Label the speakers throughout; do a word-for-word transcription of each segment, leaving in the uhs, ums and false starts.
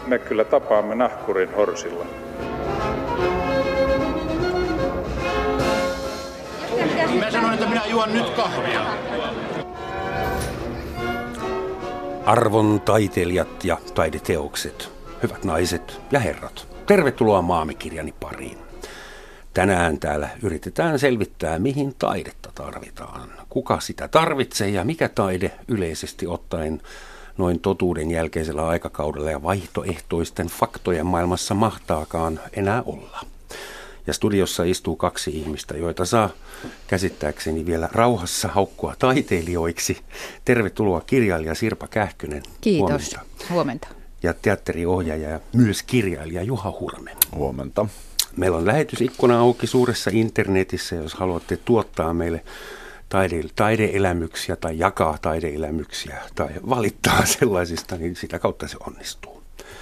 Speaker 1: me kyllä tapaamme nahkurin horsilla.
Speaker 2: Mä sanoin, että minä juon nyt kahvia.
Speaker 3: Arvon taiteilijat ja taideteokset, hyvät naiset ja herrat, tervetuloa Maamikirjani pariin. Tänään täällä yritetään selvittää, mihin taidetta tarvitaan, kuka sitä tarvitsee ja mikä taide yleisesti ottaen noin totuuden jälkeisellä aikakaudella ja vaihtoehtoisten faktojen maailmassa mahtaakaan enää olla. Ja studiossa istuu kaksi ihmistä, joita saa käsittääkseni vielä rauhassa haukkua taiteilijoiksi. Tervetuloa kirjailija Sirpa Kähkönen.
Speaker 4: Kiitos.
Speaker 3: Huomenta.
Speaker 4: Huomenta.
Speaker 3: Ja teatteriohjaja ja myös kirjailija Juha Hurme.
Speaker 5: Huomenta.
Speaker 3: Meillä on lähetysikkuna auki suuressa internetissä, jos haluatte tuottaa meille taide, taideelämyksiä tai jakaa taideelämyksiä tai valittaa sellaisista, niin sitä kautta se onnistuu.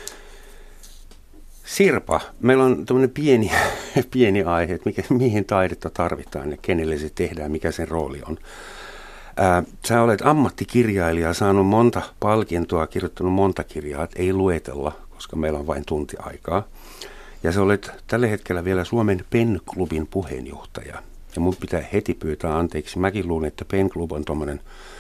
Speaker 3: Sirpa, meillä on tämmöinen pieni, pieni aihe, että mikä, mihin taidetta tarvitaan ja kenelle se tehdään, mikä sen rooli on. Ää, sä olet ammattikirjailija, saanut monta palkintoa, kirjoittanut monta kirjaa, että ei luetella, koska meillä on vain tunti aikaa. Ja sä olet tällä hetkellä vielä Suomen Pen-klubin puheenjohtaja. Ja mun pitää heti pyytää anteeksi. Mäkin luulen, että Pen-klub on tommoinen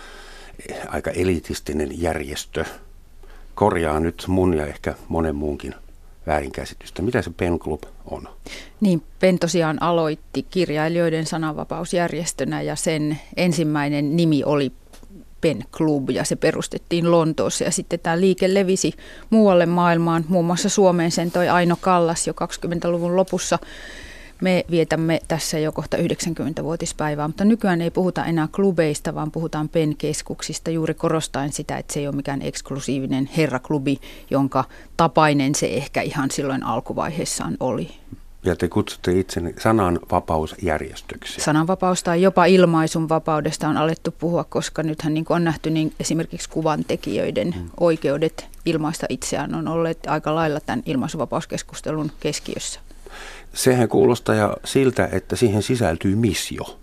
Speaker 3: aika elitistinen järjestö. Korjaa nyt mun ja ehkä monen muunkin väärinkäsitystä. Mitä se Pen-klub on?
Speaker 4: Niin, Pen tosiaan aloitti kirjailijoiden sananvapausjärjestönä ja sen ensimmäinen nimi oli Pen-klub ja se perustettiin Lontoossa ja sitten tämä liike levisi muualle maailmaan, muun muassa Suomeen sen toi Aino Kallas jo kaksikymmentäluvun lopussa. Me vietämme tässä jo kohta yhdeksänkymmentävuotispäivää, mutta nykyään ei puhuta enää klubeista, vaan puhutaan Pen-keskuksista juuri korostaen sitä, että se ei ole mikään eksklusiivinen herraklubi, jonka tapainen se ehkä ihan silloin alkuvaiheessaan oli.
Speaker 3: Ja te kutsutte itsenne sananvapausjärjestöksi.
Speaker 4: Sananvapaus tai jopa ilmaisunvapaudesta on alettu puhua, koska nythän niin kuin on nähty, niin esimerkiksi kuvantekijöiden hmm. oikeudet ilmaista itseään on olleet aika lailla tämän ilmaisuvapauskeskustelun keskiössä.
Speaker 3: Sehän kuulostaa ja siltä, että siihen sisältyy missio,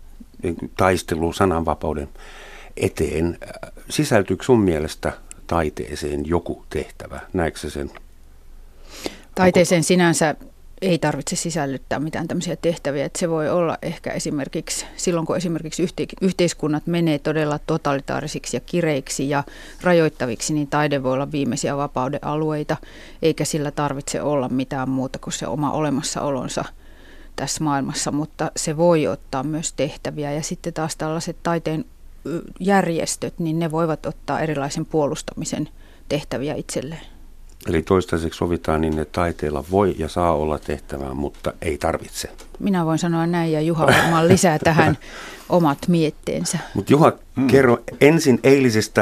Speaker 3: taistelu sananvapauden eteen. Sisältyykö sun mielestä taiteeseen joku tehtävä? Näetkö sen?
Speaker 4: Taiteeseen sinänsä ei tarvitse sisällyttää mitään tämmöisiä tehtäviä. Että se voi olla ehkä esimerkiksi silloin, kun esimerkiksi yhteiskunnat menee todella totalitaarisiksi ja kireiksi ja rajoittaviksi, niin taide voi olla viimeisiä vapauden alueita, eikä sillä tarvitse olla mitään muuta kuin se oma olemassaolonsa tässä maailmassa, mutta se voi ottaa myös tehtäviä. Ja sitten taas tällaiset taiteen järjestöt, niin ne voivat ottaa erilaisen puolustamisen tehtäviä itselleen.
Speaker 3: Eli toistaiseksi sovitaan niin, että taiteella voi ja saa olla tehtävää, mutta ei tarvitse.
Speaker 4: Minä voin sanoa näin ja Juha varmaan lisää tähän omat mietteensä.
Speaker 3: Mutta Juha, hmm. kerro ensin eilisestä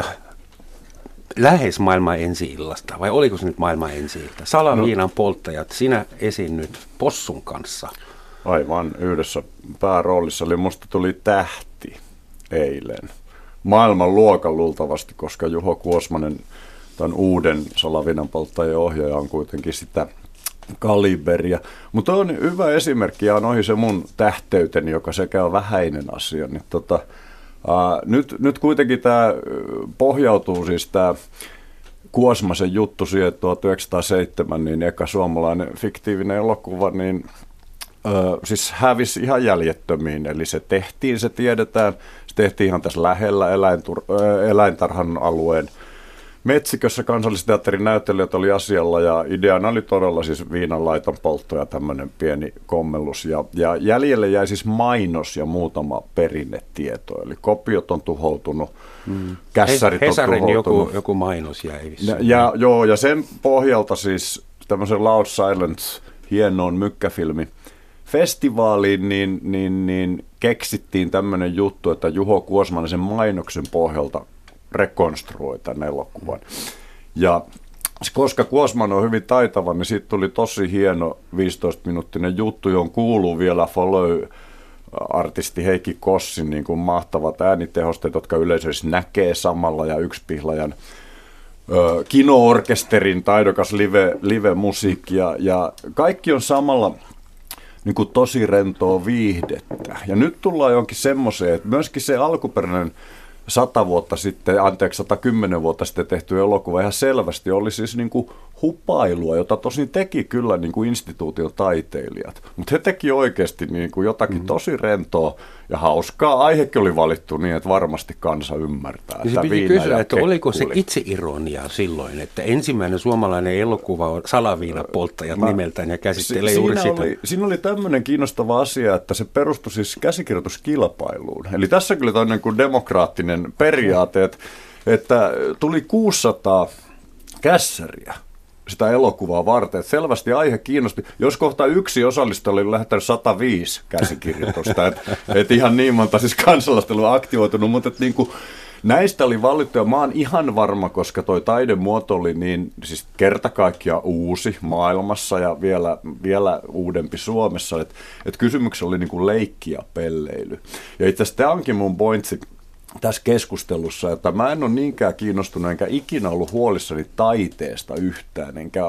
Speaker 3: lähes maailman ensi-illasta, vai oliko se nyt maailman ensi-ilta? Salaviinan polttajat, sinä esiinnyt Possun kanssa.
Speaker 5: Aivan yhdessä pääroolissa, eli musta tuli tähti eilen. Maailman luokan luultavasti, koska Juho Kuosmanen, tämän uuden Salaviinan polttajien ohjaaja, on kuitenkin sitä kaliberia. Mutta on hyvä esimerkki, ja on ohi se mun tähteyteni, joka sekä on vähäinen asia. Niin tota, ää, nyt, nyt kuitenkin tämä pohjautuu siis tämä Kuosmasen juttu siihen, että tuhatyhdeksänsataaseitsemän niin eka suomalainen fiktiivinen elokuva, niin ää, siis hävisi ihan jäljettömiin. Eli se tehtiin, se tiedetään, se tehtiin ihan tässä lähellä eläintur- ää, eläintarhan alueen metsikössä. Kansallisteatterin näyttelijät oli asialla ja ideana oli todella siis viinanlaiton poltto ja tämmöinen pieni kommellus. Ja, ja jäljelle jäi siis mainos ja muutama perinnetieto. Eli kopiot on tuhoutunut, mm. kässärit on
Speaker 3: Hesarin
Speaker 5: tuhoutunut.
Speaker 3: Joku, joku mainos jäi
Speaker 5: ja, ja, joo, ja sen pohjalta siis tämmöisen Loud Silence hienoon mykkäfilmi festivaaliin, niin, niin, niin keksittiin tämmöinen juttu, että Juho Kuosmanen sen mainoksen pohjalta rekonstruoi tämän elokuvan. Ja koska Kuosman on hyvin taitava, niin siitä tuli tosi hieno viisitoista-minuuttinen juttu, johon kuuluu vielä follow-artisti Heikki Kossin niin kuin mahtavat äänitehosteet, jotka yleisö näkee samalla, ja yksipihlajan ö, kino-orkesterin taidokas live, live-musiikki, ja, ja kaikki on samalla niin kuin tosi rentoa viihdettä. Ja nyt tullaan jonkin semmoiseen, että myöskin se alkuperäinen sata vuotta sitten, anteeksi, sata kymmenen vuotta sitten tehty elokuva ihan selvästi oli siis niin kuin hupailua, jota tosin teki kyllä niin kuin instituution taiteilijat. Mutta he teki oikeasti niin kuin jotakin mm-hmm. tosi rentoa ja hauskaa. Aihekin oli valittu niin, että varmasti kansa ymmärtää.
Speaker 3: Ja se piti kysyä, että oliko se itseironia silloin, että ensimmäinen suomalainen elokuva on Salaviinapolttajat Mä, nimeltään ja käsittelee
Speaker 5: si-
Speaker 3: juuri
Speaker 5: siinä
Speaker 3: sitä.
Speaker 5: Oli, siinä oli tämmöinen kiinnostava asia, että se perustui siis käsikirjoituskilpailuun. Eli tässä kyllä toinen kuin demokraattinen periaate, että, että tuli kuusisataa kässäriä sitä elokuvaa varten. Että selvästi aihe kiinnosti. Jos kohta yksi osallistuja oli lähettänyt sata viisi käsikirjoitusta, että et ihan niin monta siis kansalaista oli aktivoitunut, mutta että niin kuin näistä oli valittu ja mä oon ihan varma, koska toi taidemuoto oli niin siis kerta kaikkiaan uusi maailmassa ja vielä, vielä uudempi Suomessa, että et kysymyksessä oli niin kuin leikki ja pelleily. Ja itse asiassa tämä onkin mun pointsi tässä keskustelussa, että mä en ole niinkään kiinnostunut, enkä ikinä ollut huolissani taiteesta yhtään, enkä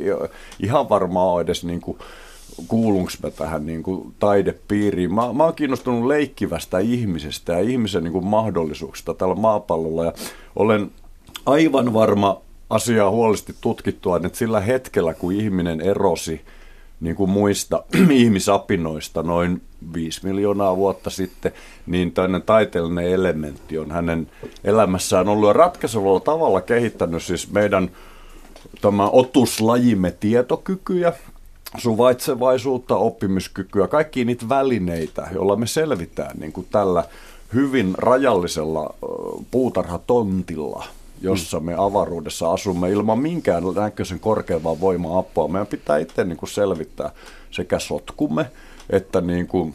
Speaker 5: ihan varmaan ole edes niin kuin kuulunko mä tähän niin kuin taidepiiriin. Mä, mä oon kiinnostunut leikkivästä ihmisestä ja ihmisen niin kuin mahdollisuuksista tällä maapallolla ja olen aivan varma asiaa huolellisesti tutkittua, että sillä hetkellä, kun ihminen erosi niin kuin muista ihmisapinoista noin viisi miljoonaa vuotta sitten, niin tämmöinen taiteellinen elementti on hänen elämässään ollut ja ratkaisevalla tavalla kehittänyt siis meidän tämä otuslajimme tietokykyjä, suvaitsevaisuutta, oppimiskykyä, kaikkia niitä välineitä, joilla me selvitään niin kuin tällä hyvin rajallisella puutarhatontilla, jossa me avaruudessa asumme ilman minkään näköisen korkeampaa voima-apua. Meidän pitää itse niin kuin selvittää sekä sotkumme että niin kuin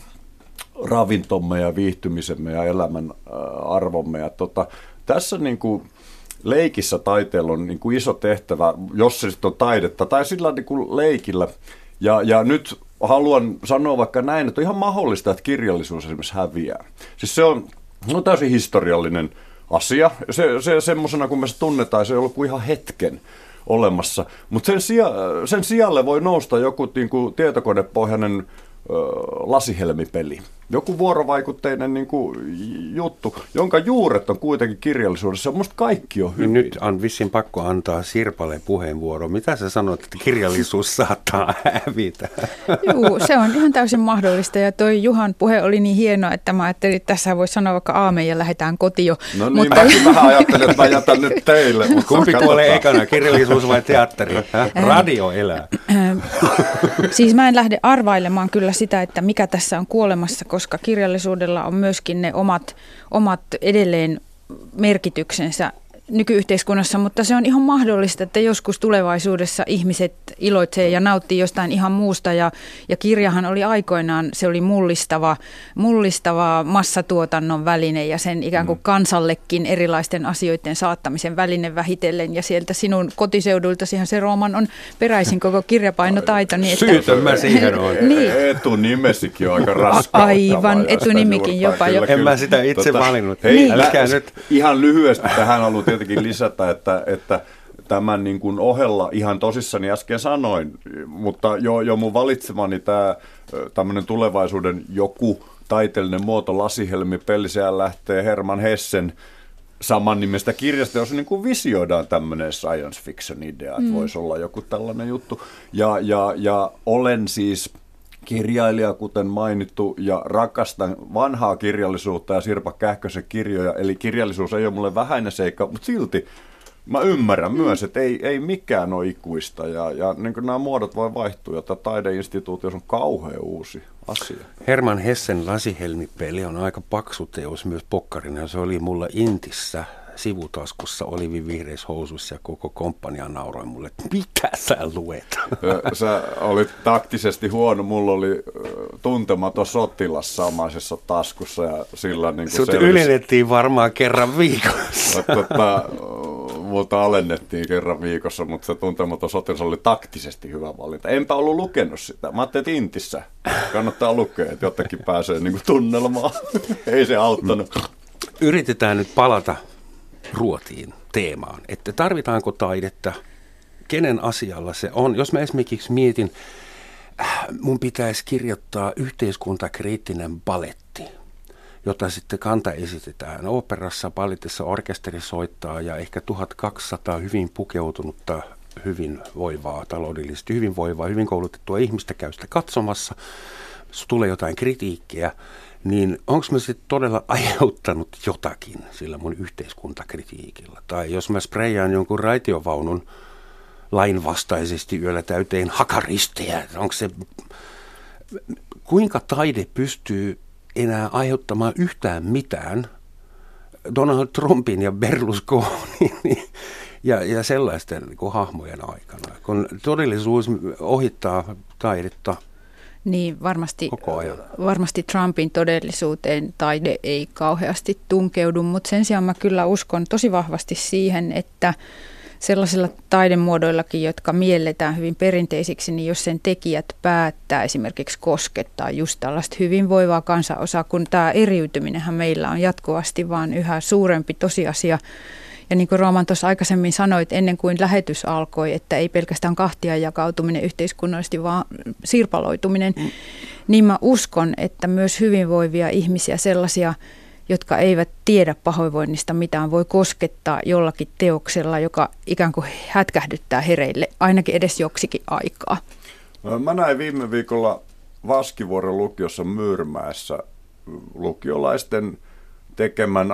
Speaker 5: ravintomme ja viihtymisemme ja elämän arvomme. Ja tota, tässä niin kuin leikissä taiteella on niin kuin iso tehtävä, jos se sitten on taidetta, tai sillä niin kuin leikillä. Ja, ja nyt haluan sanoa vaikka näin, että on ihan mahdollista, että kirjallisuus esimerkiksi häviää. Siis se on, on täysin historiallinen asia. Se, se, semmoisena, kun me se tunnetaan, se on ollut kuin ihan hetken olemassa. Mutta sen, sija, sen sijalle voi nousta joku niin kuin tietokonepohjainen ö, lasihelmipeli. Joku vuorovaikutteinen niin kuin juttu, jonka juuret on kuitenkin kirjallisuudessa. Musta kaikki on hyvin.
Speaker 3: Nyt on vissiin pakko antaa Sirpalle puheenvuoro. Mitä sä sanot, että kirjallisuus saattaa hävitä?
Speaker 4: Joo, se on ihan täysin mahdollista. Ja toi Juhan puhe oli niin hieno, että mä ajattelin, että tässä voi sanoa vaikka aamen ja lähdetään kotiin.
Speaker 5: No niin, mutta mä vähän ajattelin, että mä jätän nyt teille.
Speaker 3: Kumpi kuolee ekana, kirjallisuus vai teatteri? Radio elää.
Speaker 4: Siis mä en lähde arvailemaan kyllä sitä, että mikä tässä on kuolemassa, koska kirjallisuudella on myöskin ne omat, omat edelleen merkityksensä nykyyhteiskunnassa, mutta se on ihan mahdollista, että joskus tulevaisuudessa ihmiset iloitsee ja nauttii jostain ihan muusta ja, ja kirjahan oli aikoinaan, se oli mullistava, mullistava massatuotannon väline ja sen ikään kuin kansallekin erilaisten asioiden saattamisen väline vähitellen ja sieltä sinun kotiseudultasihan se Rooman on peräisin koko kirjapainotaito. Niin että,
Speaker 3: syytön mä siihen on.
Speaker 4: Niin.
Speaker 5: Etunimesikin on aika raskauttavaa.
Speaker 4: Aivan, etunimikin jopa.
Speaker 5: Kyllä,
Speaker 4: Jo.
Speaker 3: En
Speaker 5: kyllä.
Speaker 3: mä sitä itse
Speaker 5: tota,
Speaker 3: valinnut.
Speaker 5: Hei,
Speaker 3: Älkää nyt.
Speaker 5: Ihan lyhyesti tähän haluan tietenkin lisätä, että, että tämän niin kuin ohella ihan tosissani äsken sanoin, mutta jo, jo mun valitsemani tämä tämmöinen tulevaisuuden joku taiteellinen muoto, lasihelmipeli, siellä lähtee Herman Hessen saman nimestä kirjasta, jos niin kuin visioidaan tämmöinen science fiction idea, että mm. voisi olla joku tällainen juttu. Ja, ja, ja olen siis kirjailija, kuten mainittu, ja rakastan vanhaa kirjallisuutta ja Sirpa Kähkösen kirjoja, eli kirjallisuus ei ole mulle vähäinen seikka, mutta silti mä ymmärrän mm. myös, että ei, ei mikään ole ikuista, ja, ja niin nämä muodot voi vaihtua, ja taideinstituutiossa on kauhean uusi asia.
Speaker 3: Herman Hessen lasihelmipeli on aika paksu teos myös pokkarina, se oli mulla Intissä sivutaskussa olivivihreissä housuissa ja koko komppania nauroi mulle, että mitä sä luet?
Speaker 5: Sä olit taktisesti huono, mulla oli tuntematon sotilas samaisessa taskussa ja sillä niin kuin
Speaker 3: sut
Speaker 5: selvisi.
Speaker 3: ylennettiin varmaan kerran viikossa.
Speaker 5: Tota, multa alennettiin kerran viikossa, mutta se tuntematon sotilas oli taktisesti hyvä valinta. Enpä ollut lukenut sitä. Mä ajattelin, että Intissä kannattaa lukea, että jotenkin pääsee niin kuin tunnelmaan. Ei se auttanut.
Speaker 3: Yritetään nyt palata ruotiin teemaan, että tarvitaanko taidetta, kenen asialla se on. Jos mä esimerkiksi mietin, mun pitäisi kirjoittaa yhteiskuntakriittinen baletti, jota sitten kanta esitetään oopperassa, balletissa, orkesteri soittaa ja ehkä tuhatkaksisataa hyvin pukeutunutta hyvinvoivaa, taloudellisesti hyvinvoivaa, hyvin koulutettua ihmistä käy sitä katsomassa, tulee jotain kritiikkiä, niin onko mä sitten todella aiheuttanut jotakin sillä mun yhteiskuntakritiikillä? Tai jos mä spreijaan jonkun raitiovaunun lainvastaisesti yöllä täyteen hakaristejä, onko se, kuinka taide pystyy enää aiheuttamaan yhtään mitään Donald Trumpin ja Berlusconin ja, ja sellaisten niin kuin hahmojen aikana, kun todellisuus ohittaa taidetta
Speaker 4: niin varmasti,
Speaker 3: koko ajan.
Speaker 4: Varmasti Trumpin todellisuuteen taide ei kauheasti tunkeudu, mutta sen sijaan mä kyllä uskon tosi vahvasti siihen, että sellaisilla taidemuodoillakin, jotka mielletään hyvin perinteisiksi, niin jos sen tekijät päättää esimerkiksi koskettaa just tällaista hyvinvoivaa kansanosaa, kun tämä eriytyminenhän meillä on jatkuvasti vaan yhä suurempi tosiasia. Ja niin kuin Rooman tuossa aikaisemmin sanoit, ennen kuin lähetys alkoi, että ei pelkästään kahtia jakautuminen yhteiskunnallisesti, vaan sirpaloituminen, mm. niin mä uskon, että myös hyvinvoivia ihmisiä, sellaisia, jotka eivät tiedä pahoinvoinnista mitään, voi koskettaa jollakin teoksella, joka ikään kuin hätkähdyttää hereille, ainakin edes joksikin aikaa.
Speaker 5: Mä näin viime viikolla Vaskivuoren lukiossa Myyrmäessä lukiolaisten tekemän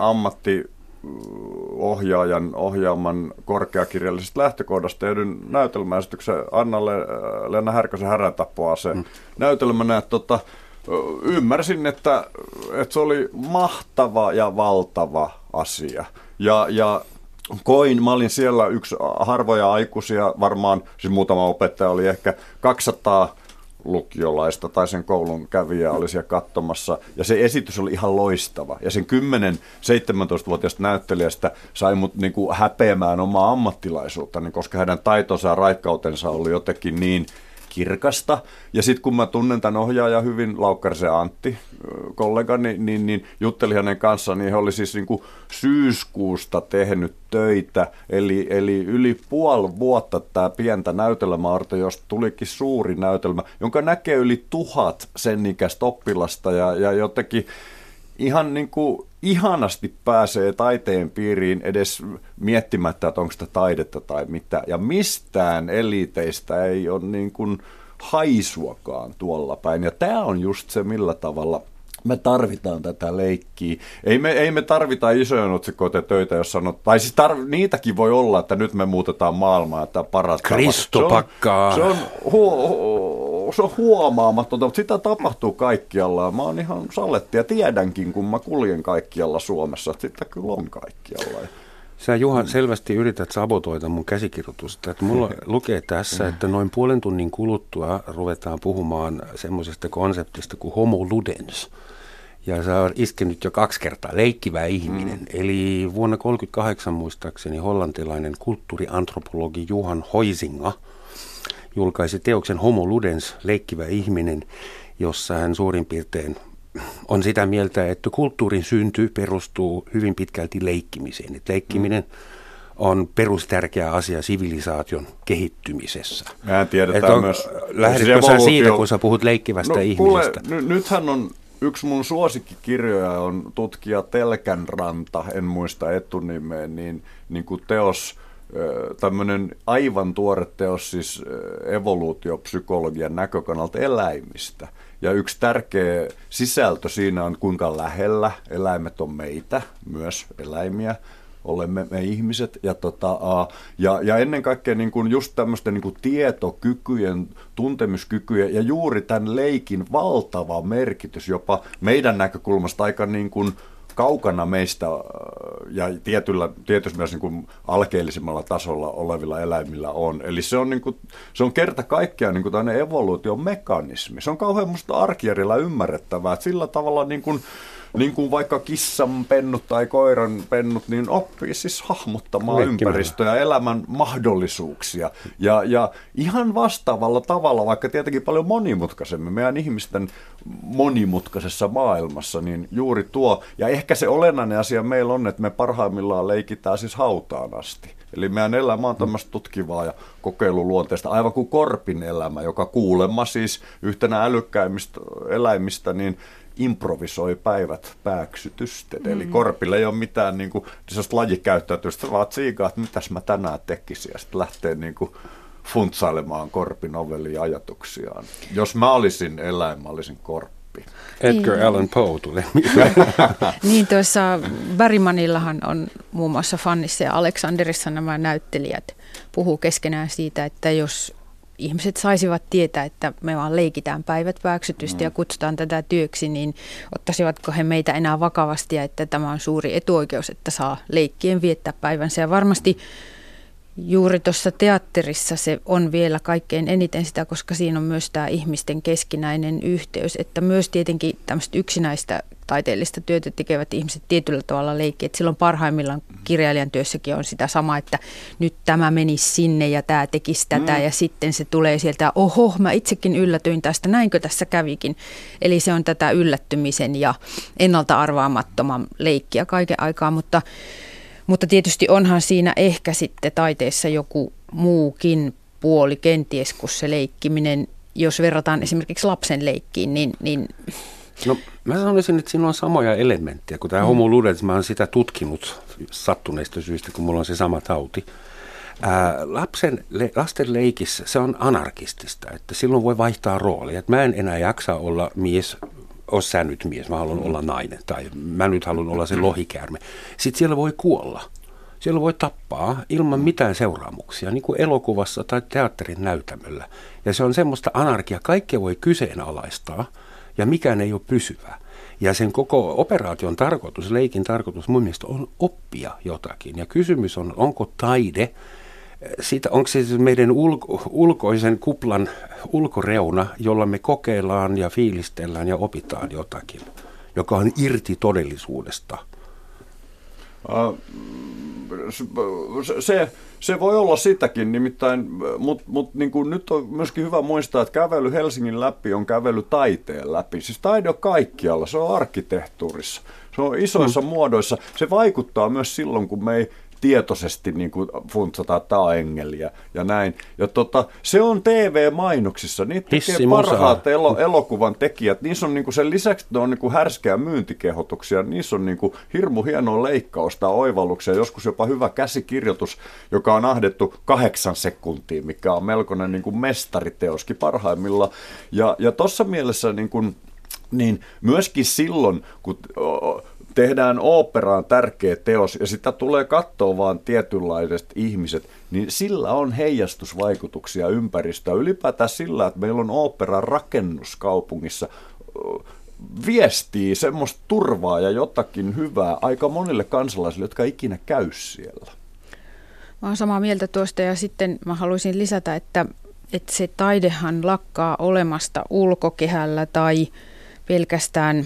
Speaker 5: ammattiohjaajan ohjaaman korkeakirjallisesta lähtökohdasta tehdyn näytelmäesityksen Anna-Leena Härkösen Häräntapoa se mm. näytelmänä, että tota, ymmärsin, että, että se oli mahtava ja valtava asia. Ja, ja koin, mä olin siellä yksi harvoja aikuisia, varmaan siis muutama opettaja oli ehkä kaksisataa lukiolaista tai sen koulun kävijää oli siellä katsomassa. Ja se esitys oli ihan loistava. Ja sen kymmenen-seitsemäntoistavuotiaasta näyttelijästä sai mut niinku häpeämään omaa ammattilaisuuttani, koska heidän taitonsa ja raikkautensa oli jotenkin niin kirkasta. Ja sitten kun mä tunnen tämän ohjaajan hyvin, Laukkarisen Antti, kollegani, niin, niin juttelin hänen kanssaan, niin he oli siis niin kuin syyskuusta tehnyt töitä, eli, eli yli puoli vuotta tämä pientä näytelmäarta, josta tulikin suuri näytelmä, jonka näkee yli tuhat sen ikäistä oppilasta ja, ja jotenkin ihan niin kuin ihanasti pääsee taiteen piiriin edes miettimättä, että onko sitä taidetta tai mitä. Ja mistään eliteistä ei ole niin kuin haisuakaan tuolla päin. Ja tämä on just se, millä tavalla me tarvitaan tätä leikkiä. Ei me, ei me tarvita isoja otsikoita töitä, jos sanot, tai siis tarv, niitäkin voi olla, että nyt me muutetaan maailmaa, että paras
Speaker 3: Kristo pakkaa.
Speaker 5: Se on, se on, huo, se on huomaamatonta, mutta sitä tapahtuu kaikkialla. Mä oon ihan salletti ja tiedänkin, kun mä kuljen kaikkialla Suomessa, että sitä kyllä on kaikkialla.
Speaker 3: Sä, Juha, selvästi yrität sabotoida mun käsikirjoitusta. Että mulla lukee tässä, että noin puolen tunnin kuluttua ruvetaan puhumaan semmoisesta konseptista kuin homo ludens. Ja sä oot iskenyt jo kaksi kertaa, leikkivä ihminen. Mm. Eli vuonna tuhatyhdeksänsataakolmekymmentäkahdeksan muistaakseni hollantilainen kulttuuriantropologi Johan Huizinga julkaisi teoksen Homo ludens, leikkivä ihminen, jossa hän suurin piirtein on sitä mieltä, että kulttuurin synty perustuu hyvin pitkälti leikkimiseen. Että leikkiminen on perustärkeä asia sivilisaation kehittymisessä.
Speaker 5: Mehän tiedetään on, myös.
Speaker 3: Lähdetkö sä siitä, kun sä puhut leikkivästä no, ihmisestä?
Speaker 5: Kuule, n- nythän on yksi mun suosikkikirjoja on tutkija Telkänranta, en muista etunimeä, niin, niin kuin teos, tämmöinen aivan tuore teos siis evoluutiopsykologian näkökannalta eläimistä. Ja yksi tärkeä sisältö siinä on, kuinka lähellä eläimet on meitä, myös eläimiä, olemme me ihmiset. Ja, tota, ja, ja ennen kaikkea niin kuin just tämmöisten niin kuin tietokykyjen, tuntemuskykyjen ja juuri tämän leikin valtava merkitys jopa meidän näkökulmasta aika niin kuin kaukana meistä ja tietyllä, tietysti myös niin kuin alkeellisimmalla tasolla olevilla eläimillä on. Eli se on, niin kuin, se on kerta kaikkiaan niin kuin tämmöinen evoluution mekanismi. Se on kauhean musta arkijärjellä ymmärrettävää, että sillä tavalla niin kuin, niin kuin vaikka kissan pennut tai koiran pennut, niin oppii siis hahmottamaan ympäristöä ja elämän mahdollisuuksia. Ja, ja ihan vastaavalla tavalla, vaikka tietenkin paljon monimutkaisemmin, meidän ihmisten monimutkaisessa maailmassa, niin juuri tuo, ja ehkä se olennainen asia meillä on, että me parhaimmillaan leikitään siis hautaan asti. Eli meidän elämä on tämmöistä tutkivaa ja kokeiluluonteista, aivan kuin korpin elämä, joka kuulemma siis yhtenä älykkäimmistä eläimistä, niin improvisoi päivät pääksytysten. Mm. Eli korpille ei ole mitään niin kuin, lajikäyttäytymistä, vaan tsiikaa, että mitäs mä tänään tekisin, ja sitten lähtee niin kuin funtsailemaan korpin novellia ajatuksiaan. Jos mä olisin eläin, mä olisin korppi.
Speaker 3: Edgar niin. Allan Poe tulee.
Speaker 4: Niin, tuossa Bergmanillahan on muun muassa Fannissa ja Aleksanderissa nämä näyttelijät puhuu keskenään siitä, että jos ihmiset saisivat tietää, että me vaan leikitään päivät pääksytystä ja kutsutaan tätä työksi, niin ottaisivatko he meitä enää vakavasti ja että tämä on suuri etuoikeus, että saa leikkien viettää päivänsä. Ja varmasti juuri tuossa teatterissa se on vielä kaikkein eniten sitä, koska siinä on myös tämä ihmisten keskinäinen yhteys, että myös tietenkin tämmöiset yksinäistä taiteellista työtä tekevät ihmiset tietyllä tavalla leikki, että silloin parhaimmillaan kirjailijan työssäkin on sitä sama, että nyt tämä menisi sinne ja tämä tekisi tätä mm. ja sitten se tulee sieltä, oho, mä itsekin yllätyin tästä, näinkö tässä kävikin. Eli se on tätä yllättymisen ja ennalta arvaamattoman leikkiä kaiken aikaa, mutta Mutta tietysti onhan siinä ehkä sitten taiteessa joku muukin puoli kenties kuin se leikkiminen, jos verrataan esimerkiksi lapsen leikkiin, niin... niin
Speaker 3: no mä sanoisin, että siinä on samoja elementtejä, kun tämä mm. homo ludens, mä oon sitä tutkinut sattuneista syistä, kun mulla on se sama tauti. Ää, lapsen, le, lasten leikissä se on anarkistista, että silloin voi vaihtaa roolia, että mä en enää jaksa olla mies, oot sä nyt mies, mä haluan olla nainen, tai mä nyt haluan olla se lohikäärme. Sitten siellä voi kuolla. Siellä voi tappaa ilman mitään seuraamuksia, niin kuin elokuvassa tai teatterin näytämöllä. Ja se on semmoista anarkia, kaikkea voi kyseenalaistaa, ja mikään ei ole pysyvää. Ja sen koko operaation tarkoitus, leikin tarkoitus mun mielestä on oppia jotakin. Ja kysymys on, onko taide, siitä, onko se meidän ulko, ulkoisen kuplan ulkoreuna, jolla me kokeillaan ja fiilistellään ja opitaan jotakin, joka on irti todellisuudesta?
Speaker 5: Uh, se, se voi olla sitäkin, nimittäin, mutta mut, niin nyt on myöskin hyvä muistaa, että kävely Helsingin läpi on kävely taiteen läpi. Siis taide on kaikkialla, se on arkkitehtuurissa, se on isoissa mm. muodoissa. Se vaikuttaa myös silloin, kun me ei tietoisesti niin kuin funtsataan, että tämä on engeliä ja näin. Ja tota, se on T V-mainoksissa, niitä tekee parhaat elo, elokuvan tekijät. Niissä on niin kuin sen lisäksi, että ne on niin kuin härskejä myyntikehotuksia, niissä on niin kuin hirmu hienoa leikkausta, oivalluksia, joskus jopa hyvä käsikirjoitus, joka on ahdettu kahdeksan sekuntia, mikä on melkoinen niin kuin mestariteoskin parhaimmillaan. Ja, ja tuossa mielessä niin kuin, niin myöskin silloin, kun tehdään oopperaan tärkeä teos ja sitä tulee katsoa vaan tietynlaiset ihmiset, niin sillä on heijastusvaikutuksia ympäristöön. Ylipäätään sillä, että meillä on oopperan rakennus kaupungissa, viestii semmoista turvaa ja jotakin hyvää aika monille kansalaisille, jotka ei ikinä käy siellä.
Speaker 4: Mä oon samaa mieltä tuosta ja sitten mä haluaisin lisätä, että, että se taidehan lakkaa olemasta ulkokehällä tai pelkästään...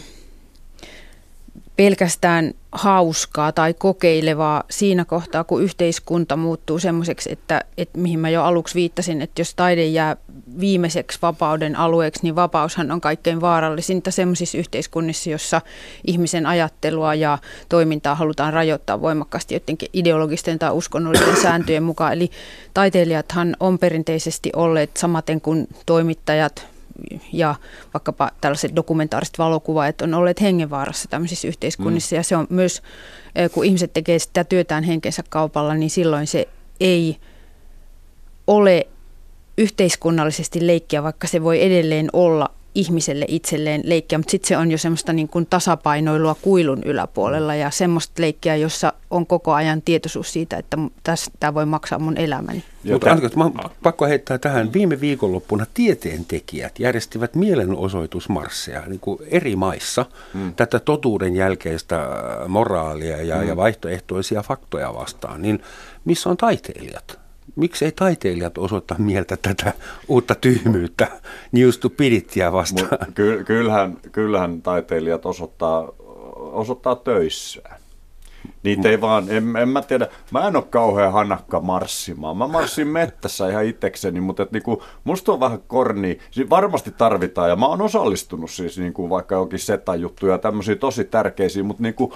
Speaker 4: pelkästään hauskaa tai kokeilevaa siinä kohtaa, kun yhteiskunta muuttuu semmoiseksi, että, että mihin mä jo aluksi viittasin, että jos taide jää viimeiseksi vapauden alueeksi, niin vapaushan on kaikkein vaarallisinta semmoisissa yhteiskunnissa, jossa ihmisen ajattelua ja toimintaa halutaan rajoittaa voimakkaasti jotenkin ideologisten tai uskonnollisten sääntöjen mukaan. Eli taiteilijathan on perinteisesti olleet samaten kuin toimittajat, ja vaikkapa tällaiset dokumentaariset valokuvaajat on olleet hengenvaarassa tämmöisissä yhteiskunnissa. Mm. Ja se on myös, kun ihmiset tekee sitä työtään henkensä kaupalla, niin silloin se ei ole yhteiskunnallisesti leikkiä, vaikka se voi edelleen olla ihmiselle itselleen leikkiä, mutta sitten se on jo semmoista niin kuin tasapainoilua kuilun yläpuolella ja semmoista leikkiä, jossa on koko ajan tietoisuus siitä, että tämä voi maksaa mun elämäni.
Speaker 3: Mutta Annika, mä pakko heittää tähän. Viime viikonloppuna tieteentekijät järjestivät mielenosoitusmarsseja niin kuin eri maissa hmm. tätä totuuden jälkeistä moraalia ja, hmm. ja vaihtoehtoisia faktoja vastaan. Niin missä on taiteilijat? Miksi ei taiteilijat osoittaa mieltä tätä uutta tyhmyyttä, new stupidityä vastaan?
Speaker 5: Ky- kyllähän, kyllähän taiteilijat osoittaa, osoittaa töissään. Niitä ei vaan, en, en mä tiedä, mä en ole kauhean hanakka marssimaan. Mä marssin mettässä ihan itsekseni, mutta et niinku, musta on vähän kornia. Siinä varmasti tarvitaan ja mä oon osallistunut siis niinku vaikka jokin setajuttuja ja tämmöisiä tosi tärkeisiä, mutta niinku,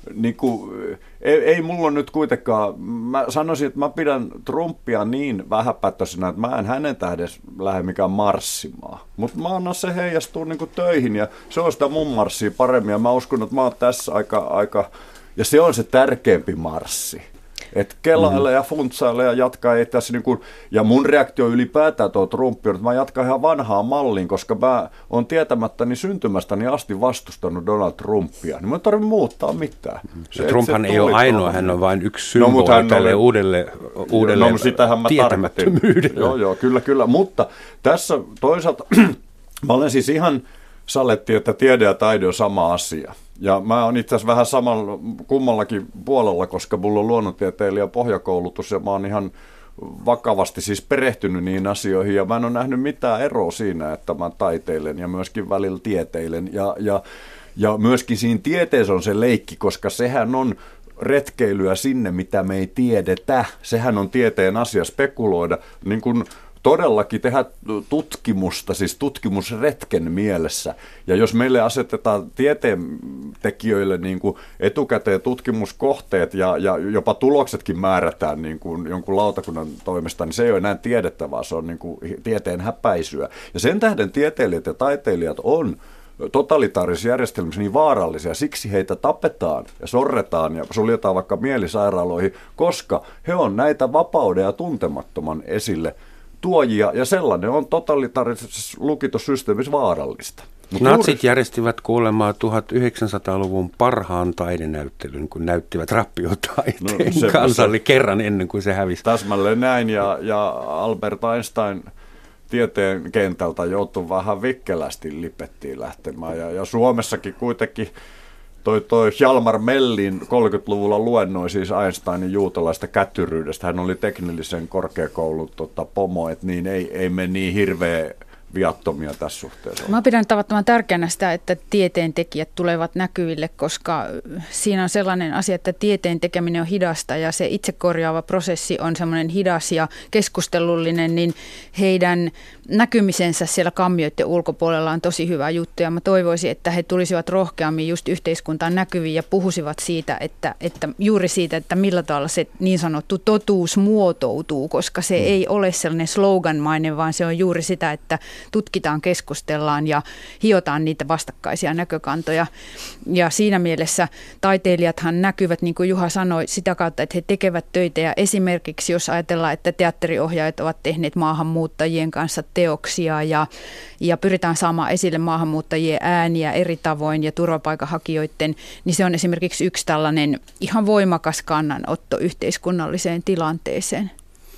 Speaker 5: niin kuin, ei, ei mulla on nyt kuitenkaan, mä sanoisin, että mä pidän Trumpia niin vähäpätöisenä, että mä en hänen tähdes lähde mikään marssimaan. Mutta mä annan se heijastua niin kuin töihin ja se on sitä mun marssia paremmin ja mä uskon, että mä oon tässä aika, aika ja se on se tärkeämpi marssi. Että kelailee ja funtsailee ja jatkaa ei tässä niin kuin, ja mun reaktio ylipäätään tuo Trumpi on, että mä jatkan ihan vanhaan malliin, koska mä oon tietämättäni syntymästäni asti vastustanut Donald Trumpia, niin mä en tarvitse muuttaa mitään.
Speaker 3: Se, Trumphan ei ole ainoa, hän on vain yksi symboli no, tälle oli, uudelle, uudelle
Speaker 5: no, sitähän mä
Speaker 3: tietämättömyydelle.
Speaker 5: Joo, joo, kyllä, kyllä, mutta tässä toisaalta, mä olen siis ihan saletti, että tiede ja taide on sama asia. Ja mä oon itse asiassa vähän samalla kummallakin puolella, koska mulla on luonnontieteilijä pohjakoulutus ja mä oon ihan vakavasti siis perehtynyt niihin asioihin ja mä en ole nähnyt mitään eroa siinä, että mä taiteilen ja myöskin välillä tieteilen. Ja, ja, ja myöskin siinä tieteessä on se leikki, koska sehän on retkeilyä sinne, mitä me ei tiedetä. Sehän on tieteen asia spekuloida, niin kuin todellakin tehdä tutkimusta, siis tutkimusretken mielessä. Ja jos meille asetetaan tieteentekijöille niin kuin etukäteen tutkimuskohteet ja, ja jopa tuloksetkin määrätään niin kuin jonkun lautakunnan toimesta, niin se ei ole enää tiedettävää, se on niin kuin tieteen häpäisyä. Ja sen tähden tieteilijät ja taiteilijat on totalitaarisissa järjestelmissä niin vaarallisia, siksi heitä tapetaan ja sorretaan ja suljetaan vaikka mielisairaaloihin, koska he on näitä vapauden ja tuntemattoman esille tuojia, ja sellainen on totalitaarisessa lukitussysteemissä vaarallista. Mut
Speaker 3: Natsit
Speaker 5: juuri
Speaker 3: järjestivät kuulemaa tuhatyhdeksänsataaluvun parhaan taidenäyttelyn, kun näyttivät rappiotaiteen no, kansalle kerran ennen kuin se hävisi.
Speaker 5: Täsmälleen näin, ja, ja Albert Einstein tieteen kentältä joutui vähän vikkelästi lipettiin lähtemään, ja, ja Suomessakin kuitenkin Toi, toi Hjalmar Mellin kolmekymmentäluvulla luennoi siis Einsteinin juutalaista kätyryydestä. Hän oli teknillisen korkeakoulun tota, pomo, että niin ei, ei me niin hirveä viattomia tässä suhteessa.
Speaker 4: Mä pidän tavattoman tärkeänä sitä, että tieteen tekijät tulevat näkyville, koska siinä on sellainen asia, että tieteen tekeminen on hidasta ja se itsekorjaava prosessi on semmoinen hidas ja keskustelullinen, niin heidän näkymisensä siellä kammioiden ulkopuolella on tosi hyvä juttu ja mä toivoisin, että he tulisivat rohkeammin just yhteiskuntaan näkyviin ja puhuisivat siitä, että, että juuri siitä, että millä tavalla se niin sanottu totuus muotoutuu, koska se mm. ei ole sellainen sloganmainen, vaan se on juuri sitä, että tutkitaan, keskustellaan ja hiotaan niitä vastakkaisia näkökantoja. Ja siinä mielessä taiteilijathan näkyvät, niin kuin Juha sanoi, sitä kautta, että he tekevät töitä. Ja esimerkiksi jos ajatellaan, että teatteriohjaajat ovat tehneet maahanmuuttajien kanssa teoksia ja, ja pyritään saamaan esille maahanmuuttajien ääniä eri tavoin ja turvapaikanhakijoiden, niin se on esimerkiksi yksi tällainen ihan voimakas kannanotto yhteiskunnalliseen tilanteeseen.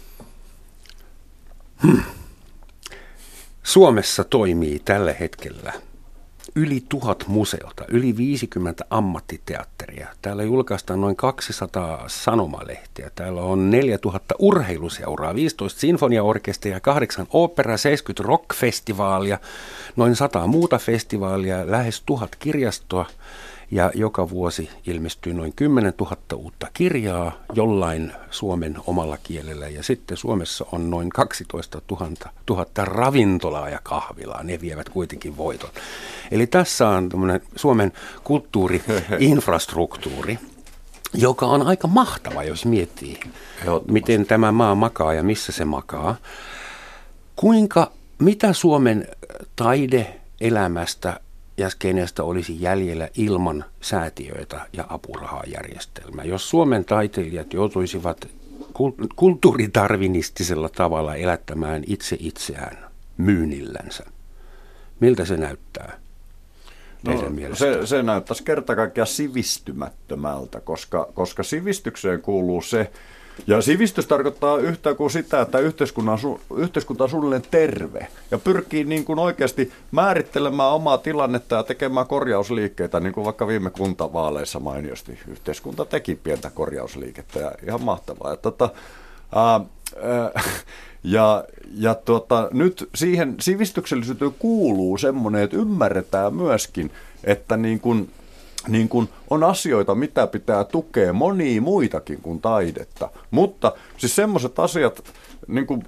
Speaker 3: Hmm. Suomessa toimii tällä hetkellä yli tuhat museota, yli viisikymmentä ammattiteatteria. Täällä julkaistaan noin kaksisataa sanomalehteä. Täällä on neljätuhatta urheiluseuraa, viisitoista sinfoniaorkesteria, kahdeksan opera, seitsemänkymmentä rockfestivaalia, noin sata muuta festivaalia, lähes tuhat kirjastoa. Ja joka vuosi ilmestyy noin kymmenentuhatta uutta kirjaa jollain Suomen omalla kielellä. Ja sitten Suomessa on noin kaksitoistatuhatta ravintolaa ja kahvilaa. Ne vievät kuitenkin voiton. Eli tässä on tämmöinen Suomen kulttuuri-infrastruktuuri, joka on aika mahtava, jos miettii, miten tämä maa makaa ja missä se makaa. Kuinka, mitä Suomen taideelämästä ja skeneestä olisi jäljellä ilman säätiöitä ja apurahajärjestelmää. Jos Suomen taiteilijat joutuisivat kulttuuritarvinistisella tavalla elättämään itse itseään myynnillänsä, miltä se näyttää?
Speaker 5: No, se, se näyttäisi kerta kaikkiaan sivistymättömältä, koska, koska sivistykseen kuuluu se, ja sivistys tarkoittaa yhtä kuin sitä, että yhteiskunta on, yhteiskunta on suunnilleen terve ja pyrkii niin kuin oikeasti määrittelemään omaa tilannetta ja tekemään korjausliikkeitä, niin kuin vaikka viime kuntavaaleissa mainiosti yhteiskunta teki pientä korjausliikettä ja ihan mahtavaa. Ja, tota, ää, ää, ja, ja tota, nyt siihen sivistyksellisyyteen kuuluu semmoinen, että ymmärretään myöskin, että niin kuin Niin kun on asioita, mitä pitää tukea monia muitakin kuin taidetta. Mutta siis semmoiset asiat, niin kun,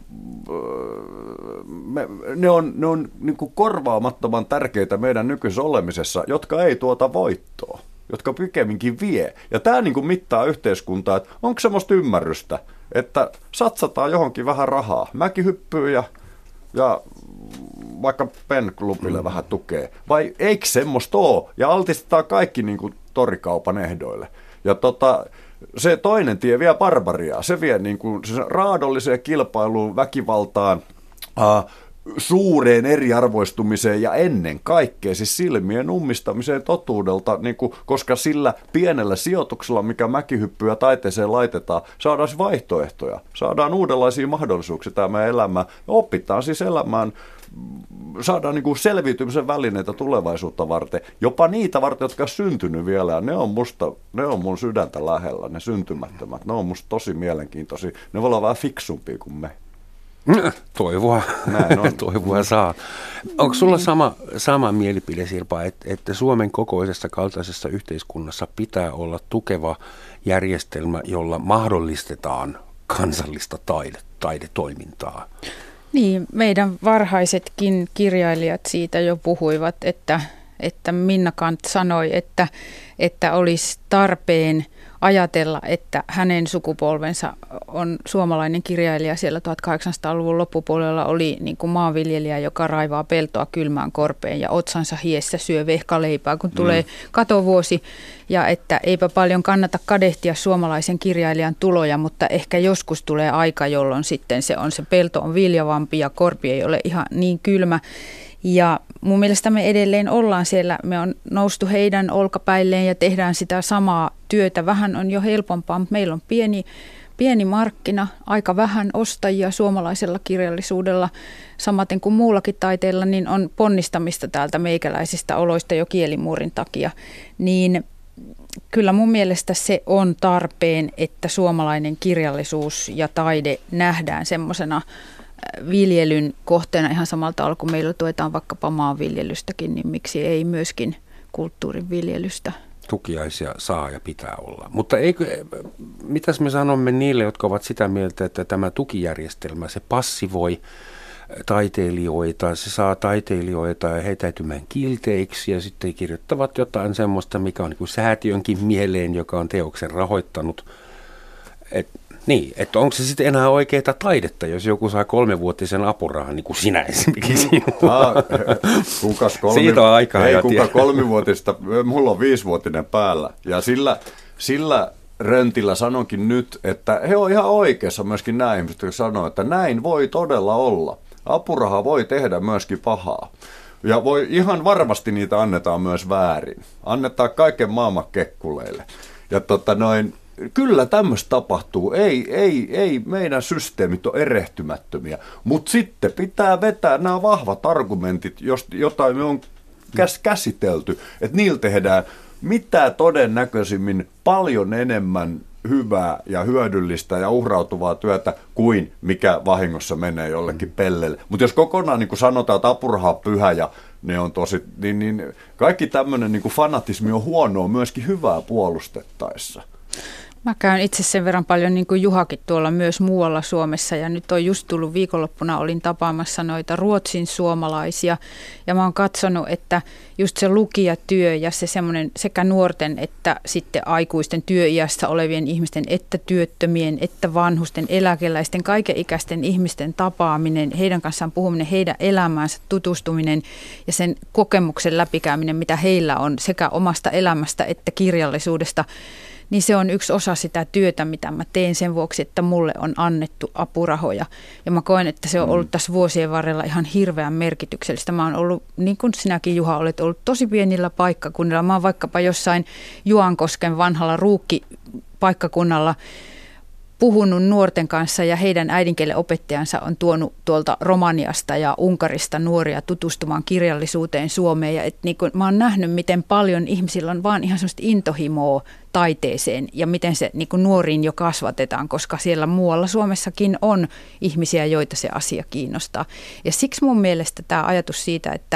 Speaker 5: me, ne on, ne on niin kun korvaamattoman tärkeitä meidän nykyisessä olemisessa, jotka ei tuota voittoa. jotka pikemminkin vie. Ja tämä niin kuin mittaa yhteiskuntaa, että onko semmoista ymmärrystä, että satsataan johonkin vähän rahaa. Mäkihyppyy ja, ja vaikka penklubille mm. vähän tukee. Vai eikö semmoista ole? Ja altistetaan kaikki niin kuin torikaupan ehdoille. Ja tota, se toinen tie vie barbariaa. Se vie niin kuin raadolliseen kilpailuun, väkivaltaan, äh, suureen eriarvoistumiseen ja ennen kaikkea siis silmien ummistamiseen totuudelta, niin kuin, koska sillä pienellä sijoituksella, mikä mäkihyppyä taiteeseen laitetaan, saadaan siis vaihtoehtoja, saadaan uudenlaisia mahdollisuuksia tämä elämään, opitaan siis elämään, saadaan niin kuin selviytymisen välineitä tulevaisuutta varten, jopa niitä varten, jotka on syntynyt vielä, ja ne on, musta, ne on mun sydäntä lähellä, ne syntymättömät, ne on musta tosi mielenkiintoisia, ne voi olla vähän fiksumpia kuin me.
Speaker 3: Toivoa, toivoa saa. Onko sulla sama, sama mielipide, Sirpa, että, että Suomen kokoisessa kaltaisessa yhteiskunnassa pitää olla tukeva järjestelmä, jolla mahdollistetaan kansallista taide, taidetoimintaa?
Speaker 4: Niin, meidän varhaisetkin kirjailijat siitä jo puhuivat, että, että Minna Kant sanoi, että, että olisi tarpeen ajatella, että hänen sukupolvensa on suomalainen kirjailija siellä tuhatkahdeksansataaluvun loppupuolella oli niin kuin maanviljelijä, joka raivaa peltoa kylmään korpeen ja otsansa hiessä syö vehkaleipää, kun tulee mm. katovuosi. Ja että eipä paljon kannata kadehtia suomalaisen kirjailijan tuloja, mutta ehkä joskus tulee aika, jolloin sitten se on se pelto on viljavampi ja korpi ei ole ihan niin kylmä. Ja mun mielestä me edelleen ollaan siellä, me on noustu heidän olkapäilleen ja tehdään sitä samaa työtä. Vähän on jo helpompaa, mutta meillä on pieni, pieni markkina, aika vähän ostajia suomalaisella kirjallisuudella. Samaten kuin muullakin taiteella, niin on ponnistamista täältä meikäläisistä oloista jo kielimuurin takia. Niin kyllä mun mielestä se on tarpeen, että suomalainen kirjallisuus ja taide nähdään semmoisena viljelyn kohteena ihan samalta tavalla, kun meillä tuetaan vaikkapa maanviljelystäkin, niin miksi ei myöskin kulttuurin viljelystä?
Speaker 3: Tukiaisia saa ja pitää olla. Mutta eikö, mitäs me sanomme niille, jotka ovat sitä mieltä, että tämä tukijärjestelmä, se passivoi taiteilijoita, se saa taiteilijoita heitäytymään kilteiksi ja sitten kirjoittavat jotain semmoista, mikä on niin kuin säätiönkin mieleen, joka on teoksen rahoittanut. Et, niin, että onko se sitten enää oikeaa taidetta, jos joku saa kolmevuotisen apurahan, niin kuin sinä esimerkiksi.
Speaker 5: Ah, kukas kolmi,
Speaker 3: Siitä on aikaa.
Speaker 5: Ei kuka kolmivuotista, mulla on viisivuotinen päällä. Ja sillä, sillä röntillä sanonkin nyt, että he on ihan oikeassa myöskin nämä ihmiset, jotka sanoo, että näin voi todella olla. Apuraha voi tehdä myöskin pahaa. Ja voi, ihan varmasti niitä annetaan myös väärin. Annetaan kaiken maailman kekkuleille. Ja tota noin, kyllä tämmöistä tapahtuu. Ei, ei, ei meidän systeemit ole erehtymättömiä. Mutta sitten pitää vetää nämä vahvat argumentit, joita me on käsitelty, että niillä tehdään mitä todennäköisimmin paljon enemmän hyvää ja hyödyllistä ja uhrautuvaa työtä kuin mikä vahingossa menee jollekin pellelle. Mutta jos kokonaan niin kuin sanotaan, että apuraha on pyhä ja ne on tosi, niin, niin kaikki tämmöinen niin kuin fanatismi on huonoa myöskin hyvää puolustettaessa.
Speaker 4: Mä käyn itse sen verran paljon niin kuin Juhakin tuolla myös muualla Suomessa ja nyt on just tullut viikonloppuna, olin tapaamassa noita Ruotsin suomalaisia ja mä oon katsonut, että just se lukijatyö ja se semmoinen sekä nuorten että sitten aikuisten työiässä olevien ihmisten, että työttömien, että vanhusten, eläkeläisten, kaikenikäisten ihmisten tapaaminen, heidän kanssaan puhuminen, heidän elämäänsä tutustuminen ja sen kokemuksen läpikäyminen, mitä heillä on sekä omasta elämästä että kirjallisuudesta, niin se on yksi osa sitä työtä, mitä mä teen sen vuoksi, että mulle on annettu apurahoja. Ja mä koen, että se on ollut tässä vuosien varrella ihan hirveän merkityksellistä. Mä oon ollut, niin kuin sinäkin Juha, olet ollut tosi pienillä paikkakunnilla. Mä oon vaikkapa jossain Juankosken vanhalla ruukkipaikkakunnalla puhunut nuorten kanssa ja heidän äidinkielen opettajansa on tuonut tuolta Romaniasta ja Unkarista nuoria tutustumaan kirjallisuuteen Suomeen. Ja et niin kun, mä oon nähnyt, miten paljon ihmisillä on vaan ihan semmoista intohimoa taiteeseen ja miten se niin kun nuoriin jo kasvatetaan, koska siellä muualla Suomessakin on ihmisiä, joita se asia kiinnostaa. Ja siksi mun mielestä tämä ajatus siitä, että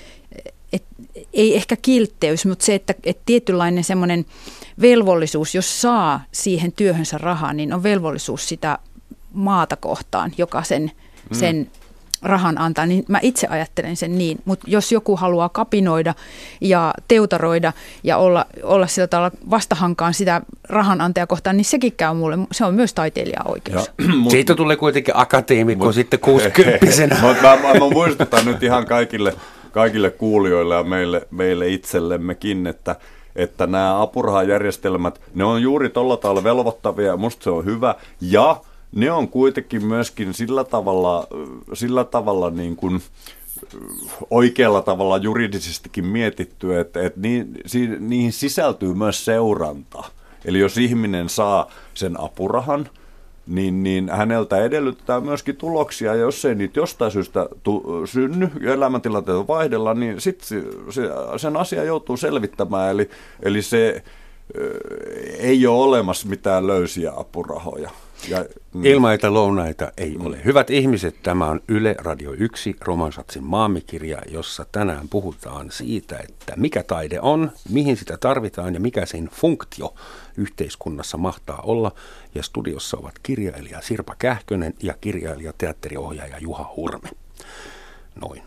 Speaker 4: et, ei ehkä kiltteys, mutta se, että et tietynlainen semmoinen velvollisuus, jos saa siihen työhönsä rahaa, niin on velvollisuus sitä maata kohtaan, joka sen, mm. sen rahan antaa, niin mä itse ajattelen sen niin, mutta jos joku haluaa kapinoida ja teutaroida ja olla, olla sillä tavalla vastahankaan sitä rahanantaja kohtaan, niin sekin käy mulle, se on myös taiteilijan oikeus.
Speaker 3: Ja, mut, siitä tulee kuitenkin akateemikko mut, sitten kuusikymppisenä.
Speaker 5: Mutta mä, mä, mä muistutan nyt ihan kaikille, kaikille kuulijoille ja meille, meille itsellemmekin, että että nämä apurahajärjestelmät, ne on juuri tuolla tavalla velvoittavia ja musta se on hyvä ja ne on kuitenkin myöskin sillä tavalla, sillä tavalla niin kuin oikealla tavalla juridisestikin mietitty, että, että niihin sisältyy myös seuranta. Eli jos ihminen saa sen apurahan, niin, niin häneltä edellytetään myöskin tuloksia, ja jos ei niitä jostain syystä tu- synny ja elämäntilanteita vaihdella, niin sitten se, se, sen asia joutuu selvittämään, eli, eli se ö, ei ole olemassa mitään löysiä apurahoja. Ja, niin.
Speaker 3: Ilmaita lounaita ei ole. Hyvät ihmiset, tämä on Yle Radio yksi, Roman Schatzin maamikirja, jossa tänään puhutaan siitä, että mikä taide on, mihin sitä tarvitaan ja mikä sen funktio yhteiskunnassa mahtaa olla. Ja studiossa ovat kirjailija Sirpa Kähkönen ja kirjailija teatteriohjaaja Juha Hurme. Noin.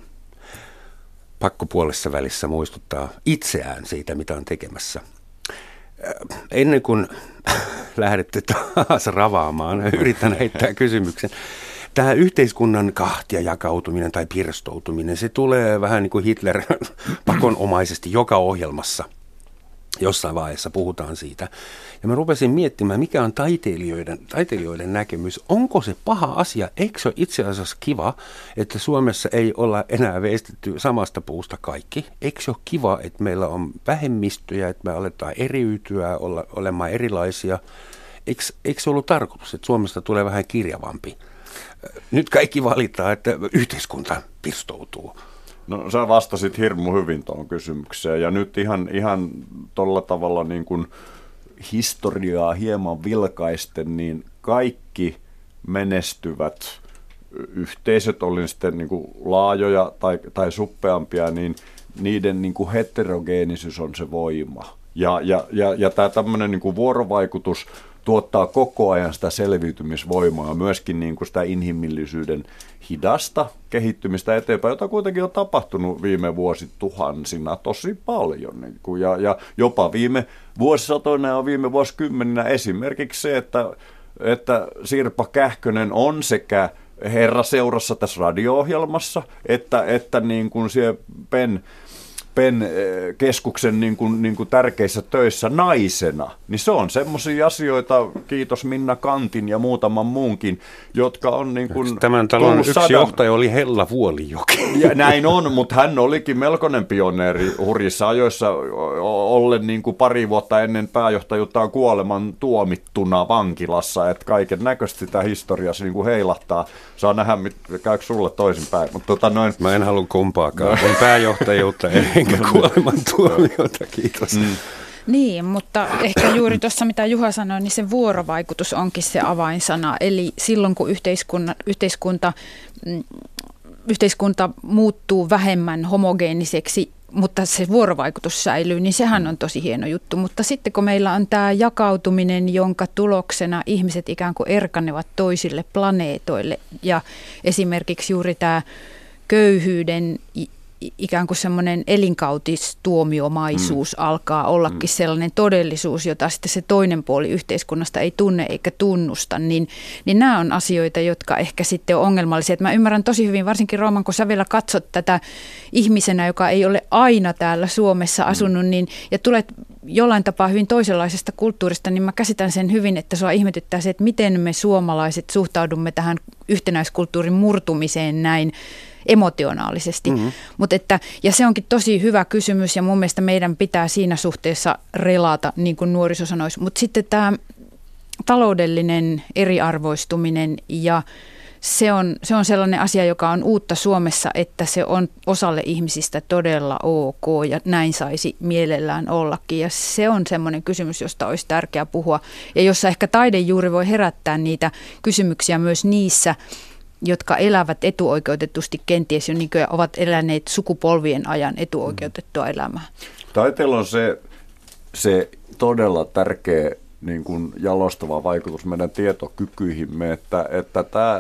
Speaker 3: Pakko puolessa välissä muistuttaa itseään siitä, mitä on tekemässä. Ennen kuin lähdette taas ravaamaan, yritän heittää kysymyksen. Tämä yhteiskunnan kahtia jakautuminen tai pirstoutuminen, se tulee vähän niin kuin Hitler pakonomaisesti joka ohjelmassa. Jossain vaiheessa puhutaan siitä. Ja mä rupesin miettimään, mikä on taiteilijoiden, taiteilijoiden näkemys. Onko se paha asia? Eikö se ole itse asiassa kiva, että Suomessa ei olla enää veistetty samasta puusta kaikki? Eikö se ole kiva, että meillä on vähemmistöjä, että me aletaan eriytyä, olla, olemaan erilaisia? Eikö, eikö se ollut tarkoitus, että Suomesta tulee vähän kirjavampi? Nyt kaikki valitaan, että yhteiskunta pirstoutuu.
Speaker 5: No sä vastasit hirmu hyvin tuohon kysymykseen ja nyt ihan, ihan tuolla tavalla niin kuin historiaa hieman vilkaisten, niin kaikki menestyvät yhteisöt, oli sitten niin kuin laajoja tai, tai suppeampia, niin niiden niin kuin heterogeenisyys on se voima. Ja, ja, ja, ja tämä tämmöinen niin kuin vuorovaikutus tuottaa koko ajan sitä selviytymisvoimaa, myöskin niin kuin sitä inhimillisyyden hidasta kehittymistä eteenpäin, jota kuitenkin on tapahtunut viime vuosituhansina tosi paljon. Niin kuin, ja, ja jopa viime vuosisatoina ja viime vuosikymmeninä esimerkiksi se, että, että Sirpa Kähkönen on sekä herraseurassa tässä radio-ohjelmassa, että, että niin kuin siellä Pen... PEN-keskuksen niin kuin, niin kuin tärkeissä töissä naisena, niin se on semmoisia asioita, kiitos Minna Kantin ja muutaman muunkin, jotka on niin kuin...
Speaker 3: Tämän talon yksi sadan... johtaja oli Hella Vuolijoki.
Speaker 5: Ja näin on, mutta hän olikin melkoinen pioneeri hurjissa ajoissa ollen niin kuin pari vuotta ennen pääjohtajuuttaan kuoleman tuomittuna vankilassa, että kaiken näköistä sitä historiassa niin kuin heilahtaa. Saa nähdä, käykö sulle toisinpäin. Mutta tota noin...
Speaker 3: Mä en halua kumpaakaan, kun pääjohtajuutta enkä kuoleman tuomiota, kiitos. Mm.
Speaker 4: Niin, mutta ehkä juuri tuossa mitä Juha sanoi, niin se vuorovaikutus onkin se avainsana. Eli silloin kun yhteiskunta, yhteiskunta, yhteiskunta muuttuu vähemmän homogeeniseksi, mutta se vuorovaikutus säilyy, niin sehän on tosi hieno juttu. Mutta sitten kun meillä on tämä jakautuminen, jonka tuloksena ihmiset ikään kuin erkanevat toisille planeetoille ja esimerkiksi juuri tämä köyhyyden ikään kuin semmoinen elinkautistuomiomaisuus mm. alkaa ollakin mm. sellainen todellisuus, jota sitten se toinen puoli yhteiskunnasta ei tunne eikä tunnusta, niin, niin nämä on asioita, jotka ehkä sitten on ongelmallisia. Et mä ymmärrän tosi hyvin, varsinkin Rooman, kun sä vielä katsot tätä ihmisenä, joka ei ole aina täällä Suomessa asunut, niin, ja tulet jollain tapaa hyvin toisenlaisesta kulttuurista, niin mä käsitän sen hyvin, että sua ihmetyttää se, että miten me suomalaiset suhtaudumme tähän yhtenäiskulttuurin murtumiseen näin emotionaalisesti. Mm-hmm. Mut että, ja se onkin tosi hyvä kysymys ja mun mielestä meidän pitää siinä suhteessa relata, niin kuin nuoriso sanoisi. Mutta sitten tämä taloudellinen eriarvoistuminen ja se on, se on sellainen asia, joka on uutta Suomessa, että se on osalle ihmisistä todella ok ja näin saisi mielellään ollakin. Ja se on semmoinen kysymys, josta olisi tärkeää puhua ja jossa ehkä taide juuri voi herättää niitä kysymyksiä myös niissä, jotka elävät etuoikeutetusti kenties jo niin kuin ovat eläneet sukupolvien ajan etuoikeutettua elämää.
Speaker 5: Taiteella on se, se todella tärkeä niin kuin jalostava vaikutus meidän tietokykyihimme, että, että tämä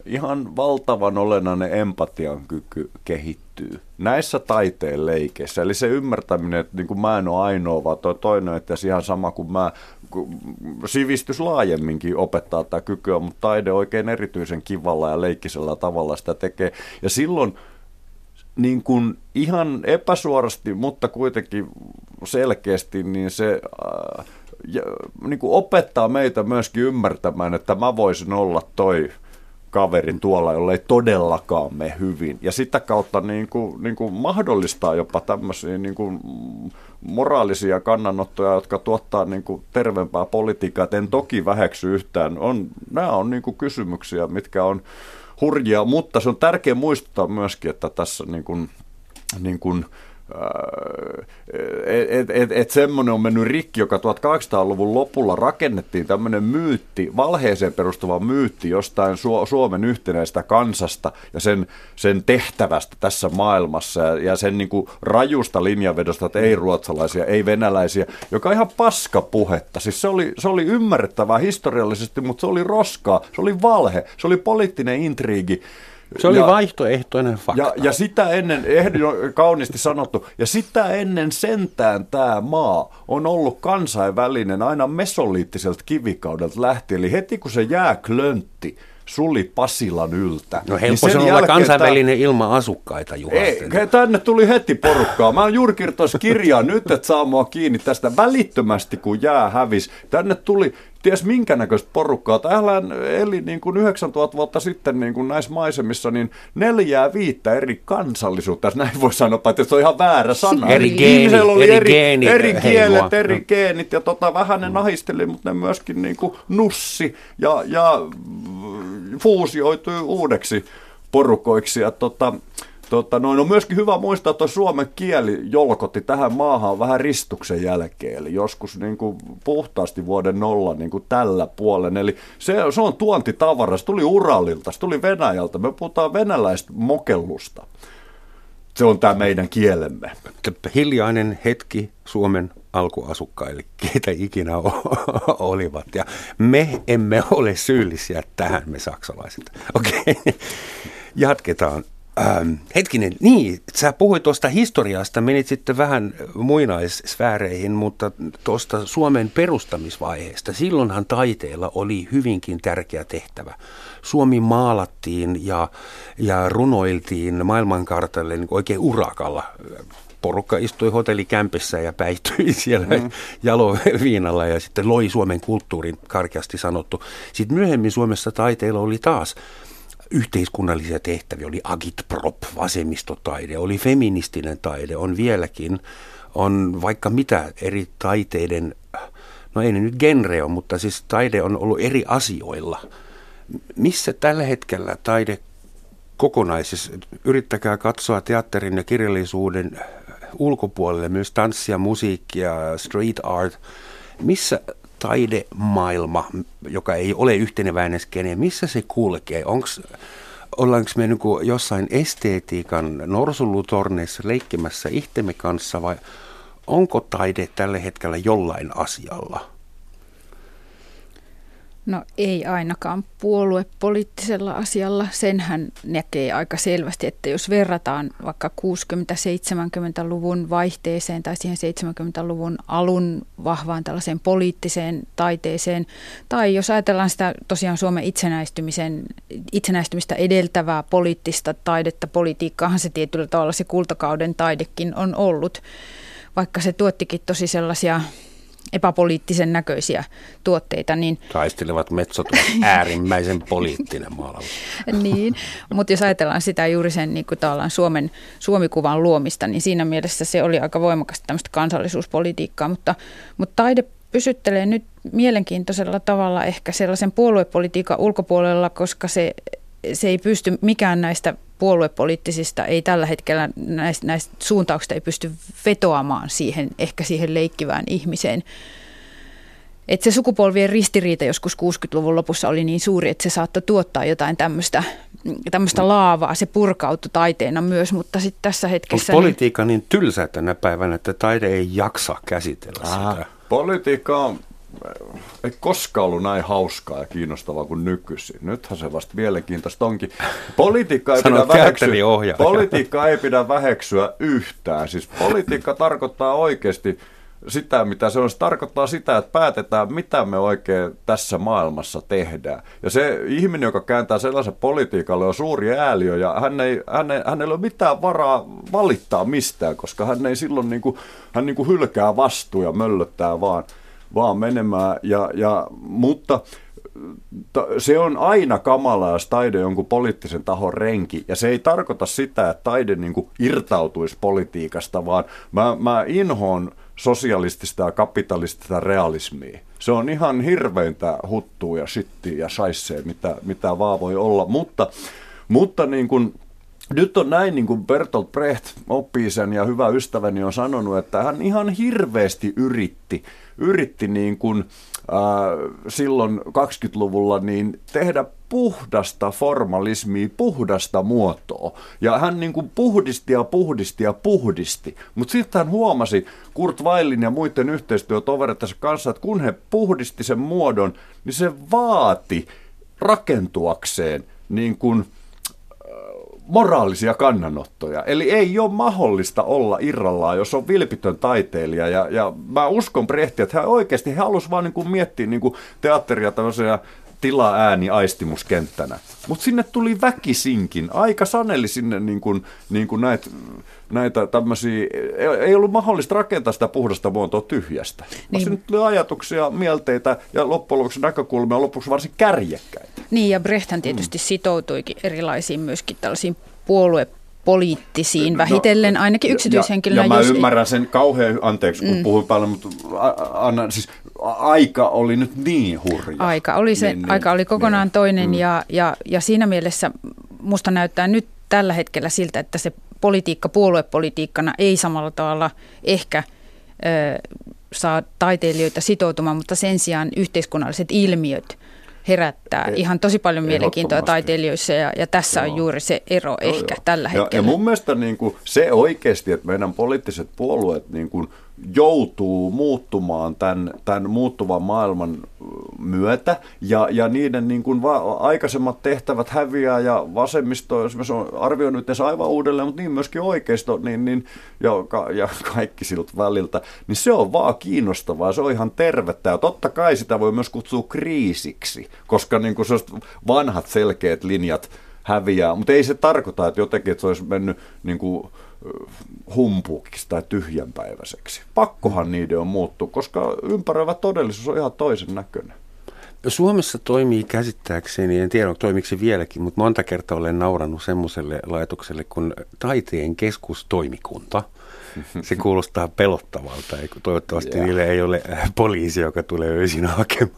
Speaker 5: ihan valtavan olennainen empatian kyky kehittyy näissä taiteen leikeissä. Eli se ymmärtäminen, että niin kuin mä en ole ainoa, vaan toi toinen, että ihan sama kuin mä, sivistys laajemminkin opettaa tätä kykyä, mutta taide oikein erityisen kivalla ja leikkisellä tavalla sitä tekee. Ja silloin niin kuin ihan epäsuorasti, mutta kuitenkin selkeästi, niin se äh, ja, niin kuin opettaa meitä myöskin ymmärtämään, että mä voisin olla toi kaveri tuolla, jolla ei todellakaan mene hyvin. Ja sitä kautta niin kuin, niin kuin mahdollistaa jopa tämmöisiä niin kuin moraalisia kannanottoja, jotka tuottaa niin kuin terveempää politiikkaa. Et en toki väheksy yhtään. On, nämä on niin kuin kysymyksiä, mitkä on hurjia, mutta se on tärkeää muistuttaa myöskin, että tässä niin kuin, niin kuin että et, et semmoinen on mennyt rikki, joka tuhatkahdeksansataaluvun lopulla rakennettiin tämmöinen myytti, valheeseen perustuva myytti jostain Su- Suomen yhtenäistä kansasta ja sen, sen tehtävästä tässä maailmassa ja, ja sen niin kuin rajusta linjanvedosta, että ei ruotsalaisia, ei venäläisiä, joka on ihan paskapuhetta. Siis se oli, se oli ymmärrettävää historiallisesti, mutta se oli roskaa, se oli valhe, se oli poliittinen intriigi.
Speaker 3: Se oli
Speaker 5: ja,
Speaker 3: vaihtoehtoinen fakta.
Speaker 5: Ja, ja sitä ennen, ehdin kauniisti sanottu, ja sitä ennen sentään tämä maa on ollut kansainvälinen aina mesoliittiselta kivikaudelta lähtien. Eli heti kun se jää klöntti suli Pasilan yltä.
Speaker 3: No helppo niin se olla kansainvälinen tämä, ilman asukkaita, Juha.
Speaker 5: Ei, tänne tuli heti porukkaa. Mä oon juuri kirjoittanut kirjaa nyt, että saa mua kiinni tästä välittömästi, kun jää hävisi. Tänne tuli ties minkä näköistä porukkaa. Tähän eli niin kuin yhdeksäntuhatta vuotta sitten niin kuin näissä maisemissa niin neljää viittä eri kansallisuutta. Näin voi sanoa, että se on ihan väärä sana.
Speaker 3: Eri geenit,
Speaker 5: oli
Speaker 3: eri,
Speaker 5: eri,
Speaker 3: geenit,
Speaker 5: eri kielet,
Speaker 3: heimoa.
Speaker 5: eri no. geenit. Ja tota, vähän ne nahisteli, mutta ne myöskin niin kuin nussi ja, ja fuusioitui uudeksi porukoiksi. Ja tota, Tota, noin on myöskin hyvä muistaa, että suomen kieli jolkotti tähän maahan vähän ristuksen jälkeen, eli joskus niin kuin puhtaasti vuoden nolla niin kuin tällä puolen. Eli se, se on tuontitavara, se tuli Uralilta, se tuli Venäjältä, me puhutaan venäläistä mokellusta. Se on tämä meidän kielemme.
Speaker 3: Hiljainen hetki Suomen alkuasukkaille, keitä ikinä olivat. Ja me emme ole syyllisiä tähän, me saksalaiset. Okei, okay. Jatketaan. Ähm, hetkinen, niin, sä puhuit tuosta historiasta, menit sitten vähän muinaissfääreihin, mutta tuosta Suomen perustamisvaiheesta, silloinhan taiteella oli hyvinkin tärkeä tehtävä. Suomi maalattiin ja, ja runoiltiin maailmankartalle niin oikein urakalla. Porukka istui hotellikämpissä ja päihtyi siellä mm. jaloviinalla ja sitten loi Suomen kulttuurin, karkeasti sanottu. Sitten myöhemmin Suomessa taiteella oli taas yhteiskunnallisia tehtäviä, oli agitprop, vasemmistotaide, oli feministinen taide, on vieläkin, on vaikka mitä eri taiteiden, no ei ne nyt genre on, mutta siis taide on ollut eri asioilla. Missä tällä hetkellä taide kokonaisessa, yrittäkää katsoa teatterin ja kirjallisuuden ulkopuolelle, myös tanssia, musiikkia, street art, missä taidemaailma, joka ei ole yhteneväinen skene, missä se kulkee? Onks, ollaanko me niin jossain esteetiikan norsulutorneissa leikkimässä itsemme kanssa vai onko taide tällä hetkellä jollain asialla?
Speaker 4: No ei ainakaan puoluepoliittisella asialla. Senhän näkee aika selvästi, että jos verrataan vaikka kuusikymmentä-seitsemänkymmentäluvun vaihteeseen tai siihen seitsemänkymmentäluvun alun vahvaan tällaiseen poliittiseen taiteeseen, tai jos ajatellaan sitä tosiaan Suomen itsenäistymisen, itsenäistymistä edeltävää poliittista taidetta, politiikkaahan se tietyllä tavalla se kultakauden taidekin on ollut, vaikka se tuottikin tosi sellaisia epäpoliittisen näköisiä tuotteita. Niin
Speaker 3: taistelevat metsot ovat äärimmäisen poliittinen maalaus.
Speaker 4: Niin, mutta jos ajatellaan sitä juuri sen niin kuin Suomen Suomikuvan luomista, niin siinä mielessä se oli aika voimakasta tämmöistä kansallisuuspolitiikkaa, mutta, mutta taide pysyttelee nyt mielenkiintoisella tavalla ehkä sellaisen puoluepolitiikan ulkopuolella, koska se, se ei pysty, mikään näistä puoluepoliittisista ei tällä hetkellä näistä, näistä suuntauksista ei pysty vetoamaan siihen, ehkä siihen leikkivään ihmiseen. Että se sukupolvien ristiriita joskus kuusikymmentäluvun lopussa oli niin suuri, että se saattoi tuottaa jotain tämmöistä, tämmöistä laavaa. Se purkautui taiteena myös, mutta sitten tässä hetkessä...
Speaker 3: Onko politiikka niin tylsä tänä päivänä, että taide ei jaksa käsitellä
Speaker 5: Aha.
Speaker 3: sitä?
Speaker 5: Politiikka on ei koskaan ollut näin hauskaa ja kiinnostavaa kuin nykyisin. Nythän se vasta mielenkiintoista onkin. Politiikka ei, pidä väheksyä, politiikka ei pidä väheksyä yhtään. Siis politiikka tarkoittaa oikeasti sitä, mitä se on. Se tarkoittaa sitä, että päätetään, mitä me oikein tässä maailmassa tehdään. Ja se ihminen, joka kääntää sellaisen politiikalle, on suuri ääliö, ja hän ei, hän ei, hänellä ei ole mitään varaa valittaa mistään, koska hän ei silloin niin kuin, hän niin kuin hylkää vastuu ja möllöttää vaan, vaan menemään. Ja, ja, mutta se on aina kamalaa, jos taide on jonkun poliittisen tahon renki, ja se ei tarkoita sitä, että taide niin kuin irtautuisi politiikasta, vaan mä, mä inhoon sosialistista ja kapitalistista realismia. Se on ihan hirveintä huttua ja shittiä ja shaisee, mitä, mitä vaan voi olla, mutta, mutta niin kuin, nyt on näin, niin kuin Bertolt Brecht oppii sen ja hyvä ystäväni on sanonut, että hän ihan hirveästi yritti, yritti niin kuin, äh, silloin kaksikymmentäluvulla niin tehdä puhdasta formalismia, puhdasta muotoa. Ja hän niin kuin puhdisti ja puhdisti ja puhdisti. Mutta sitten hän huomasi Kurt Weillin ja muiden yhteistyötovereittensa kanssa, että kun he puhdisti sen muodon, niin se vaati rakentuakseen niin kuin moraalisia kannanottoja. Eli ei ole mahdollista olla irrallaan, jos on vilpitön taiteilija. Ja, ja mä uskon Brechtia, että hän oikeasti he halusi vaan niin kuin miettiä niin kuin teatteria tämmöisenä tila-ääni-aistimuskenttänä. Mutta sinne tuli väkisinkin. Aika saneli sinne niin kuin, niin kuin näitä, näitä tämmöisiä, ei ollut mahdollista rakentaa sitä puhdasta muotoa tyhjästä. Niin. Sinne tuli ajatuksia, mielteitä ja loppujen lopuksi näkökulmia on lopuksi varsin kärjekkäitä.
Speaker 4: Niin, ja Brechthän tietysti mm. sitoutuikin erilaisiin myöskin tällaisiin puoluepoliittisiin, vähitellen ainakin yksityishenkilönä.
Speaker 5: Ja, ja mä ymmärrän sen kauhean, anteeksi kun mm. puhun paljon, mutta anna, siis aika oli nyt niin hurja.
Speaker 4: Aika oli, se, niin, aika oli kokonaan niin, toinen mm. ja, ja, ja siinä mielessä musta näyttää nyt tällä hetkellä siltä, että se politiikka puoluepolitiikkana ei samalla tavalla ehkä ö, saa taiteilijoita sitoutumaan, mutta sen sijaan yhteiskunnalliset ilmiöt herättää e- ihan tosi paljon mielenkiintoa taiteilijoissa ja, ja tässä joo. on juuri se ero joo, ehkä joo. tällä hetkellä.
Speaker 5: Ja, ja mun mielestä niin kuin se oikeasti, että meidän poliittiset puolueet niin kuin joutuu muuttumaan tämän, tämän muuttuvan maailman myötä ja, ja niiden niin kuin va- aikaisemmat tehtävät häviää ja vasemmisto esimerkiksi on arvioinut ne aivan uudelleen, mutta niin myöskin oikeisto niin, niin, ja, ja kaikki siltä väliltä, niin se on vaan kiinnostavaa, se on ihan tervettä ja totta kai sitä voi myös kutsua kriisiksi, koska niin kuin vanhat selkeät linjat häviää, mutta ei se tarkoita, että jotenkin että se olisi mennyt niin kuin humpuukiksi tai tyhjänpäiväiseksi. Pakkohan niiden on muuttua, koska ympäröivä todellisuus on ihan toisen näköinen.
Speaker 3: Suomessa toimii käsittääkseni, en tiedä toimiko se vieläkin, mutta monta kertaa olen naurannut semmoiselle laitokselle kuin Taiteen keskustoimikunta. Se kuulostaa pelottavalta, toivottavasti yeah. niille ei ole poliisi, joka tulee öisin hakemaan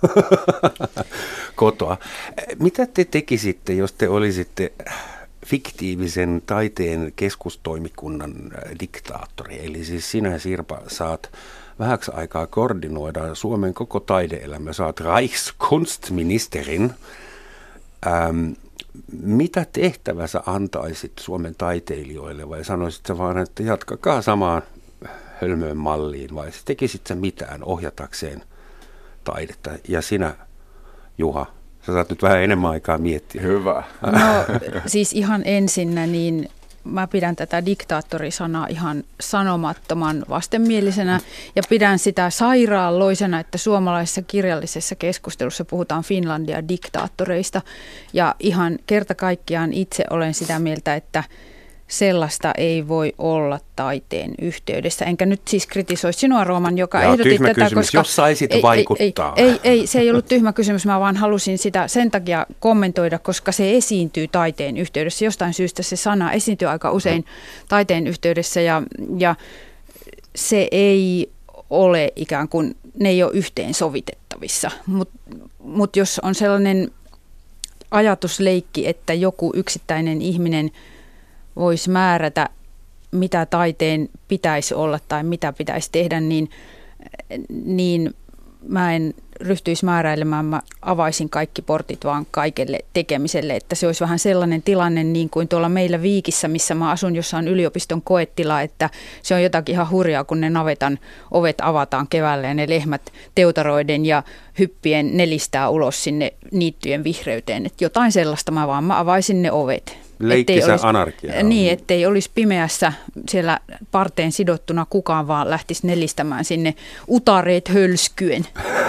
Speaker 3: kotoa. Mitä te tekisitte, jos te olisitte fiktiivisen taiteen keskustoimikunnan diktaattori? Eli siis sinä, Sirpa, saat vähäksi aikaa koordinoida Suomen koko taide-elämä. Saat Reichskunstministerin. Ähm, mitä tehtävä sä antaisit Suomen taiteilijoille vai sanoisit sä vaan, että jatkakaa samaan hölmöön malliin vai tekisit sä mitään ohjatakseen taidetta? Ja sinä, Juha, sä saat nyt vähän enemmän aikaa miettiä.
Speaker 5: Hyvä.
Speaker 4: No siis ihan ensinnä niin mä pidän tätä diktaattorisanaa ihan sanomattoman vastenmielisenä ja pidän sitä sairaanloisena, että suomalaisessa kirjallisessa keskustelussa puhutaan Finlandia diktaattoreista ja ihan kerta kaikkiaan itse olen sitä mieltä, että sellaista ei voi olla taiteen yhteydessä. Enkä nyt siis kritisoi sinua, Rooman, joka ja ehdotit tätä,
Speaker 3: kysymys, koska jos saisit ei, vaikuttaa.
Speaker 4: Ei, ei, ei, se ei ollut tyhmä kysymys, mä vaan halusin sitä sen takia kommentoida, koska se esiintyy taiteen yhteydessä. Jostain syystä se sana esiintyy aika usein taiteen yhteydessä ja, ja se ei ole ikään kuin, ne ei ole yhteensovitettavissa. Mutta mut jos on sellainen ajatusleikki, että joku yksittäinen ihminen voisi määrätä, mitä taiteen pitäisi olla tai mitä pitäisi tehdä, niin, niin mä en ryhtyisi määräilemään, mä avaisin kaikki portit vaan kaikelle tekemiselle, että se olisi vähän sellainen tilanne niin kuin tuolla meillä Viikissä, missä mä asun, jossa on yliopiston koetila, että se on jotakin ihan hurjaa, kun ne navetan ovet avataan keväällä ja ne lehmät teutaroiden ja hyppien nelistää ulos sinne niittyjen vihreyteen, että jotain sellaista mä vaan, mä avaisin ne ovet.
Speaker 3: Leikkisä anarkia.
Speaker 4: Niin, ettei olisi pimeässä siellä parteen sidottuna kukaan, vaan lähtisi nelistämään sinne utareet hölskyen.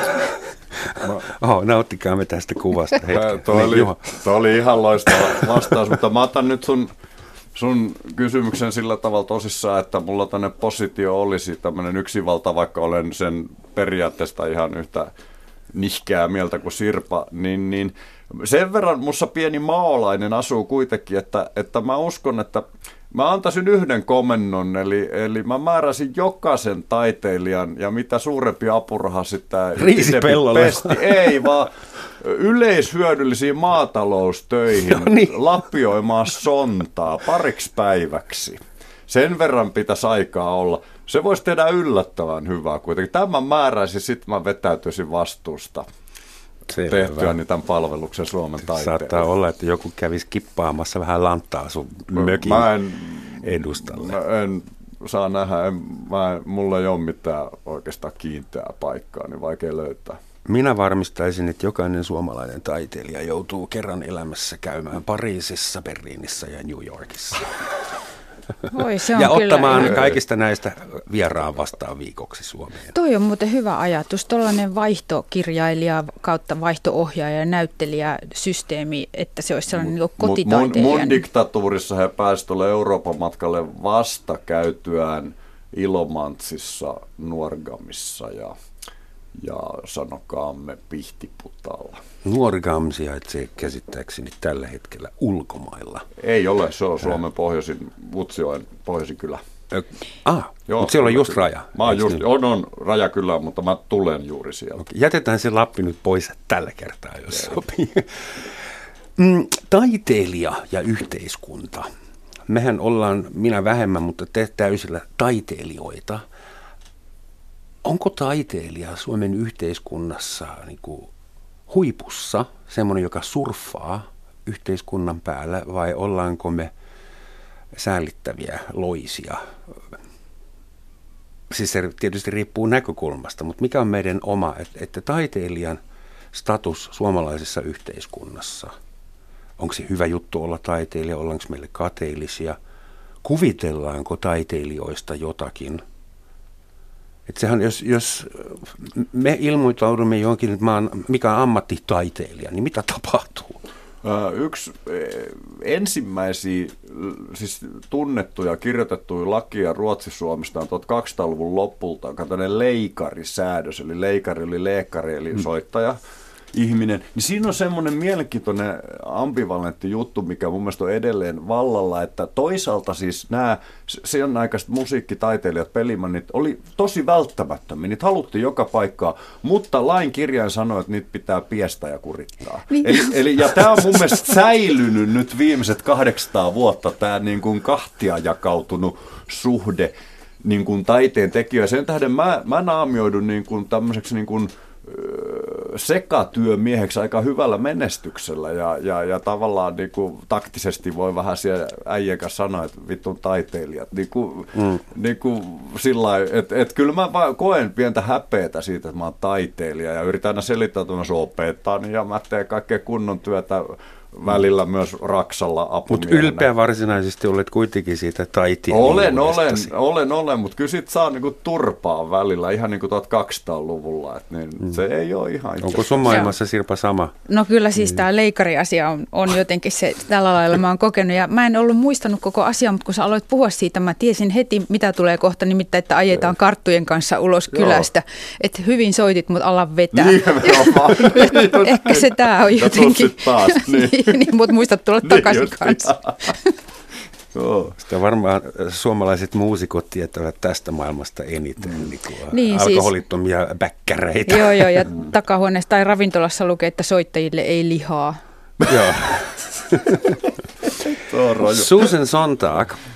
Speaker 3: Oho, nauttikaamme tästä kuvasta hetken.
Speaker 5: Tuo oli, oli ihan loistava vastaus, mutta mä otan nyt sun, sun kysymyksen sillä tavalla tosissaan, että mulla tänne positio olisi tämmöinen yksinvalta, vaikka olen sen periaatteesta ihan yhtä nihkeää mieltä kuin Sirpa, niin, niin sen verran mussa pieni maolainen asuu kuitenkin, että, että mä uskon, että mä antaisin yhden komennon, eli, eli mä määräsin jokaisen taiteilijan, ja mitä suurempi apuraha sitten pesti, ei vaan yleishyödyllisiin maataloustöihin no niin. lapioimaan sontaa pariksi päiväksi. Sen verran pitäisi aikaa olla. Se voisi tehdä yllättävän hyvää kuitenkin. Tämän määräisin, sitten mä vetäytyisin vastuusta. Selvä. Tehtyä tämän palveluksen Suomen taiteelle.
Speaker 3: Saattaa olla, että joku kävisi kippaamassa vähän lanttaa sun mökin mä en, edustalle.
Speaker 5: Mä en saa nähdä, en, mä en, mulla ei ole mitään oikeastaan kiinteää paikkaa, niin vaikea löytää.
Speaker 3: Minä varmistaisin, että jokainen suomalainen taiteilija joutuu kerran elämässä käymään Pariisissa, Berliinissä ja New Yorkissa.
Speaker 4: Oi, se on
Speaker 3: ja
Speaker 4: kyllä
Speaker 3: ottamaan
Speaker 4: ihan
Speaker 3: kaikista näistä vieraan vastaan viikoksi Suomeen.
Speaker 4: Toi on muuten hyvä ajatus. Tuollainen vaihtokirjailija kautta vaihto-ohjaaja ja näyttelijäsysteemi, että se olisi sellainen niin kotitaiteilijan.
Speaker 5: Mun, mun diktatuurissa he pääsivät tuolle Euroopan matkalle vasta käytyään Ilomantsissa, Nuorgamissa ja, ja sanokaamme Pihtiputalla.
Speaker 3: Nuorgam sijaitsee käsittääkseni tällä hetkellä ulkomailla.
Speaker 5: Ei ole, se on Suomen pohjoisin, Utsjoen pohjoisin kylä.
Speaker 3: Ah, Joo, mutta siellä on just raja.
Speaker 5: Mä oon just, on, on raja kyllä, mutta mä tulen juuri sieltä.
Speaker 3: Okay, jätetään se Lappi nyt pois tällä kertaa, jos sopii. Mm, taiteilija ja yhteiskunta. Mehän ollaan, minä vähemmän, mutta te täysillä taiteilijoita. Onko taiteilija Suomen yhteiskunnassa niin kuin huipussa, semmoinen, joka surffaa yhteiskunnan päällä, vai ollaanko me säällittäviä loisia? Siis se tietysti riippuu näkökulmasta, mutta mikä on meidän oma, että, että taiteilijan status suomalaisessa yhteiskunnassa? Onko se hyvä juttu olla taiteilija, ollaanko meille kateellisia? Kuvitellaanko taiteilijoista jotakin? Että sehän, jos, jos me ilmoitaudumme johonkin, että mä oon, mikä on ammattitaiteilija, niin mitä tapahtuu?
Speaker 5: Yksi ensimmäisiä siis tunnettuja kirjoitettuja lakia Ruotsi-Suomesta on tuhatkaksisataaluvun lopulta, on tämmöinen leikarisäädös, eli leikari oli leekari, eli soittaja. Ihminen, niin siinä on semmoinen mielenkiintoinen ambivalentti juttu, mikä mun mielestä on edelleen vallalla, että toisaalta siis nämä sen aikaiset musiikkitaiteilijat, pelimannit, oli tosi välttämättömiä, niitä haluttiin joka paikkaa, mutta lain kirjain sanoi, että niitä pitää piestää ja kurittaa. Niin. Eli, eli, ja tämä on mun mielestä säilynyt nyt viimeiset kahdeksansataa vuotta, tämä niin kuin kahtia jakautunut suhde niin kuin taiteen tekijöitä. Sen tähden mä, mä naamioidun niin kuin tämmöiseksi niin kuin sekatyömieheksi aika hyvällä menestyksellä ja, ja, ja tavallaan niin kuin, taktisesti voi vähän siellä äijän kanssa sanoa, että vittun taiteilijat. Niin kuin, mm. niin kuin, sillai, että et, kyllä mä koen pientä häpeätä siitä, että mä oon taiteilija ja yritän aina selittää, että mä opetan ja mä teen kaikkea kunnon työtä välillä myös Raksalla apumiehenä.
Speaker 3: Mutta ylpeä varsinaisesti olet kuitenkin siitä
Speaker 5: taiteilijuudestasi. Olen, olen, olen, olen, mutta kyllä sit saa niinku turpaa välillä ihan niin kuin tuhatkaksisataaluvulla, että niin mm. se ei ole ihan itse.
Speaker 3: Onko sun maailmassa, Sirpa, sama?
Speaker 4: No kyllä siis tämä leikariasia on, on jotenkin se, tällä lailla mä oon kokenut ja mä en ollut muistanut koko asiaa, mutta kun sä aloit puhua siitä, mä tiesin heti mitä tulee kohta, nimittäin, että ajetaan karttujen kanssa ulos Joo. kylästä, että hyvin soitit, mutta ala vetää. Ehkä se tää on jotenkin.
Speaker 5: Taas, niin.
Speaker 4: Niin, mutta muistat tulla takaisin kanssa.
Speaker 3: Sitä varmaan suomalaiset muusikot tietävät tästä maailmasta eniten, mm. niin
Speaker 4: niin,
Speaker 3: alkoholittomia siis bäkkäreitä.
Speaker 4: Joo, joo, ja takahuoneessa tai ravintolassa lukee, että soittajille ei lihaa.
Speaker 3: Joo. Susan Sontag, äh,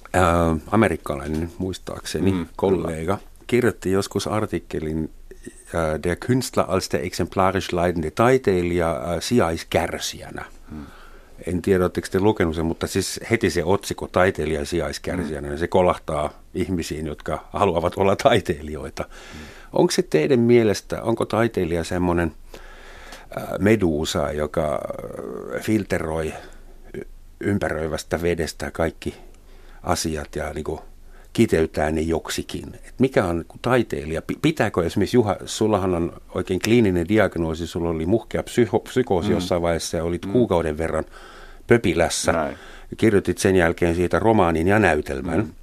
Speaker 3: amerikkalainen muistaakseni mm, kollega, kyllä. kirjoitti joskus artikkelin äh, der Künstler als der exemplarisch leidende taiteilija äh, sijaiskärsijänä. Hmm. En tiedä, oletteko te lukenut sen, mutta siis heti se otsikko taiteilija sijaiskärsijänä, hmm. se kolahtaa ihmisiin, jotka haluavat olla taiteilijoita. Hmm. Onko se teidän mielestä, onko taiteilija semmoinen äh, meduusa, joka äh, filteroi ympäröivästä vedestä kaikki asiat ja niin kuin kiteytää ne joksikin? Et mikä on niin taiteilija? Pitääkö esimerkiksi, Juha, sullahan on oikein kliininen diagnoosi, sulla oli muhkea psyko- psykoosi mm. jossain vaiheessa ja olit mm. kuukauden verran pöpilässä. Näin. Kirjoitit sen jälkeen siitä romaanin ja näytelmän. Mm.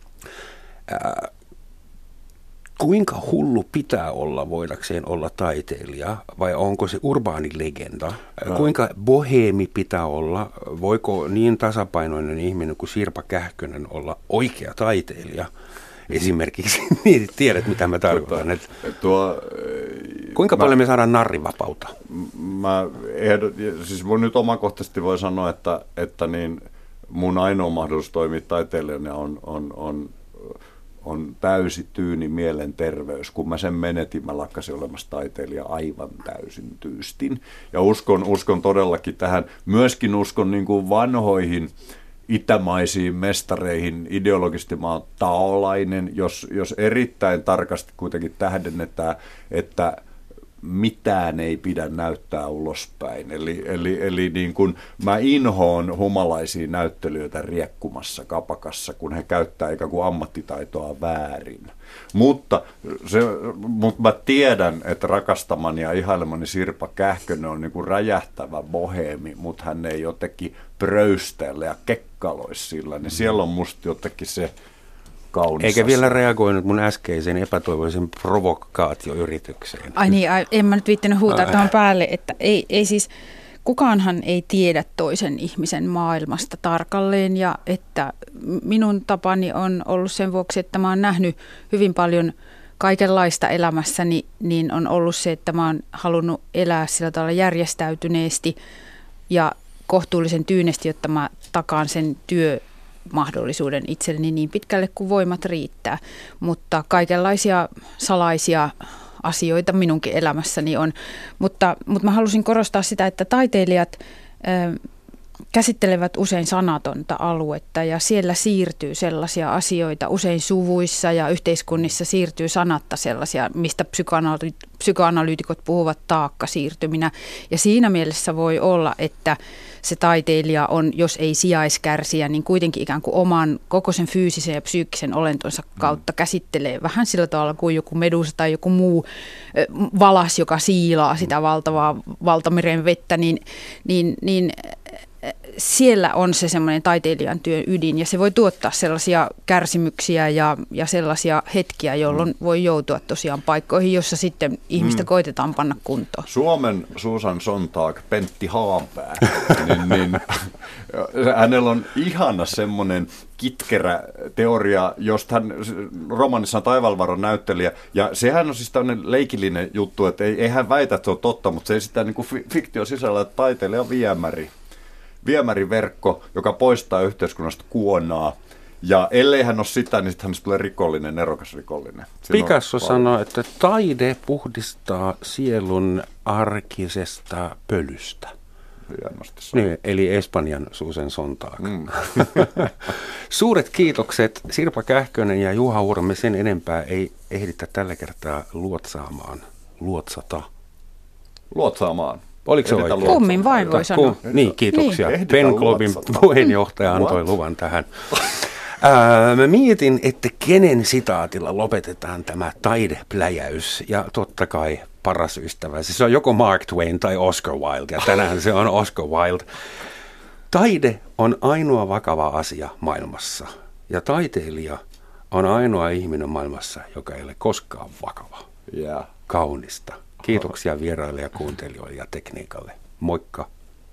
Speaker 3: Äh, kuinka hullu pitää olla voidakseen olla taiteilija, vai onko se urbaani legenda? No. Kuinka boheemi pitää olla? Voiko niin tasapainoinen ihminen kuin Sirpa Kähkönen olla oikea taiteilija? Esimerkiksi, niin tiedät mitä mä tarkoitan. Että tuo, kuinka mä, paljon me saadaan narrivapautta?
Speaker 5: Mä ehdot, siis mun nyt omakohtaisesti voi sanoa, että, että niin mun ainoa mahdollisuus toimia taiteilijana on, on, on on täysi tyyni mielenterveys. Kun mä sen menetin, mä lakkasin olemassa taiteilija aivan täysin tyystin. Ja uskon, uskon todellakin tähän, myöskin uskon niin kuin vanhoihin itämaisiin mestareihin. Ideologisesti mä oon taolainen, jos, jos erittäin tarkasti kuitenkin tähdennetään, että mitään ei pidä näyttää ulospäin. Eli, eli, eli niin kuin mä inhoon humalaisia näyttelijöitä riekkumassa kapakassa, kun he käyttää ikään kuin ammattitaitoa väärin. Mutta, se, mutta mä tiedän, että rakastamani ja ihailemani Sirpa Kähkönen on niin kuin räjähtävä boheemi, mutta hän ei jotenkin pröystele ja kekkaloisi sillä. Niin siellä on musta jotenkin se kaunis.
Speaker 3: Eikä vielä reagoinut mun äskeisen epätoivoisen provokaatioyritykseen.
Speaker 4: Ai niin, ai, en mä nyt viittänyt huutaa tuohon päälle, että ei, ei siis, kukaanhan ei tiedä toisen ihmisen maailmasta tarkalleen, ja että minun tapani on ollut sen vuoksi, että mä oon nähnyt hyvin paljon kaikenlaista elämässäni, niin on ollut se, että mä oon halunnut elää sillä tavalla järjestäytyneesti ja kohtuullisen tyynesti, jotta mä takaan sen työ mahdollisuuden itselleni niin pitkälle kuin voimat riittää, mutta kaikenlaisia salaisia asioita minunkin elämässäni on. Mutta, mutta mä halusin korostaa sitä, että taiteilijat ö, käsittelevät usein sanatonta aluetta ja siellä siirtyy sellaisia asioita, usein suvuissa ja yhteiskunnissa siirtyy sanatta sellaisia, mistä psykoanalyytikot, psykoanalyytikot puhuvat taakkasiirtyminä. Ja siinä mielessä voi olla, että se taiteilija on, jos ei sijaiskärsijä, niin kuitenkin ikään kuin oman koko sen fyysisen ja psyykkisen olentonsa kautta käsittelee vähän sillä tavalla kuin joku medusa tai joku muu valas, joka siilaa sitä valtavaa valtameren vettä, niin, niin, niin siellä on se semmoinen taiteilijan työn ydin, ja se voi tuottaa sellaisia kärsimyksiä ja, ja sellaisia hetkiä, jolloin mm. voi joutua tosiaan paikkoihin, jossa sitten ihmistä mm. koitetaan panna kuntoon.
Speaker 5: Suomen Susan Sontag, Pentti Haanpää, niin, niin, hänellä on ihana semmoinen kitkerä teoria, josta hän romanissa on Taivalvaron näyttelijä, ja sehän on siis tämmöinen leikillinen juttu, että ei, ei hän väitä, että se on totta, mutta se esittää niin kuin fiktion sisällä, että taiteilija on viemäri. Viemäriverkko, joka poistaa yhteiskunnasta kuonaa. Ja ellei hän ole sitä, niin sitten hän tulee rikollinen, nerokas rikollinen. Siinä
Speaker 3: Picasso sanoi, että taide puhdistaa sielun arkisesta pölystä. Niin, eli Espanjan Susan Sontag. Mm. Suuret kiitokset Sirpa Kähkönen ja Juha Uurame, sen enempää ei ehditä tällä kertaa luotsaamaan. Luotsata.
Speaker 5: Luotsaamaan.
Speaker 3: Oliko se oikein?
Speaker 4: Kummin vain voi sanoa.
Speaker 3: Niin, kiitoksia. Niin. Pen Clubin puheenjohtaja antoi luvan tähän. Ää, mä mietin, että kenen sitaatilla lopetetaan tämä taidepläjäys. Ja totta kai paras ystävä. Se on joko Mark Twain tai Oscar Wilde. Ja tänään se on Oscar Wilde. Taide on ainoa vakava asia maailmassa. Ja taiteilija on ainoa ihminen maailmassa, joka ei ole koskaan vakava.
Speaker 5: Yeah.
Speaker 3: Kaunista. Kiitoksia vieraille ja kuuntelijoille ja tekniikalle. Moikka!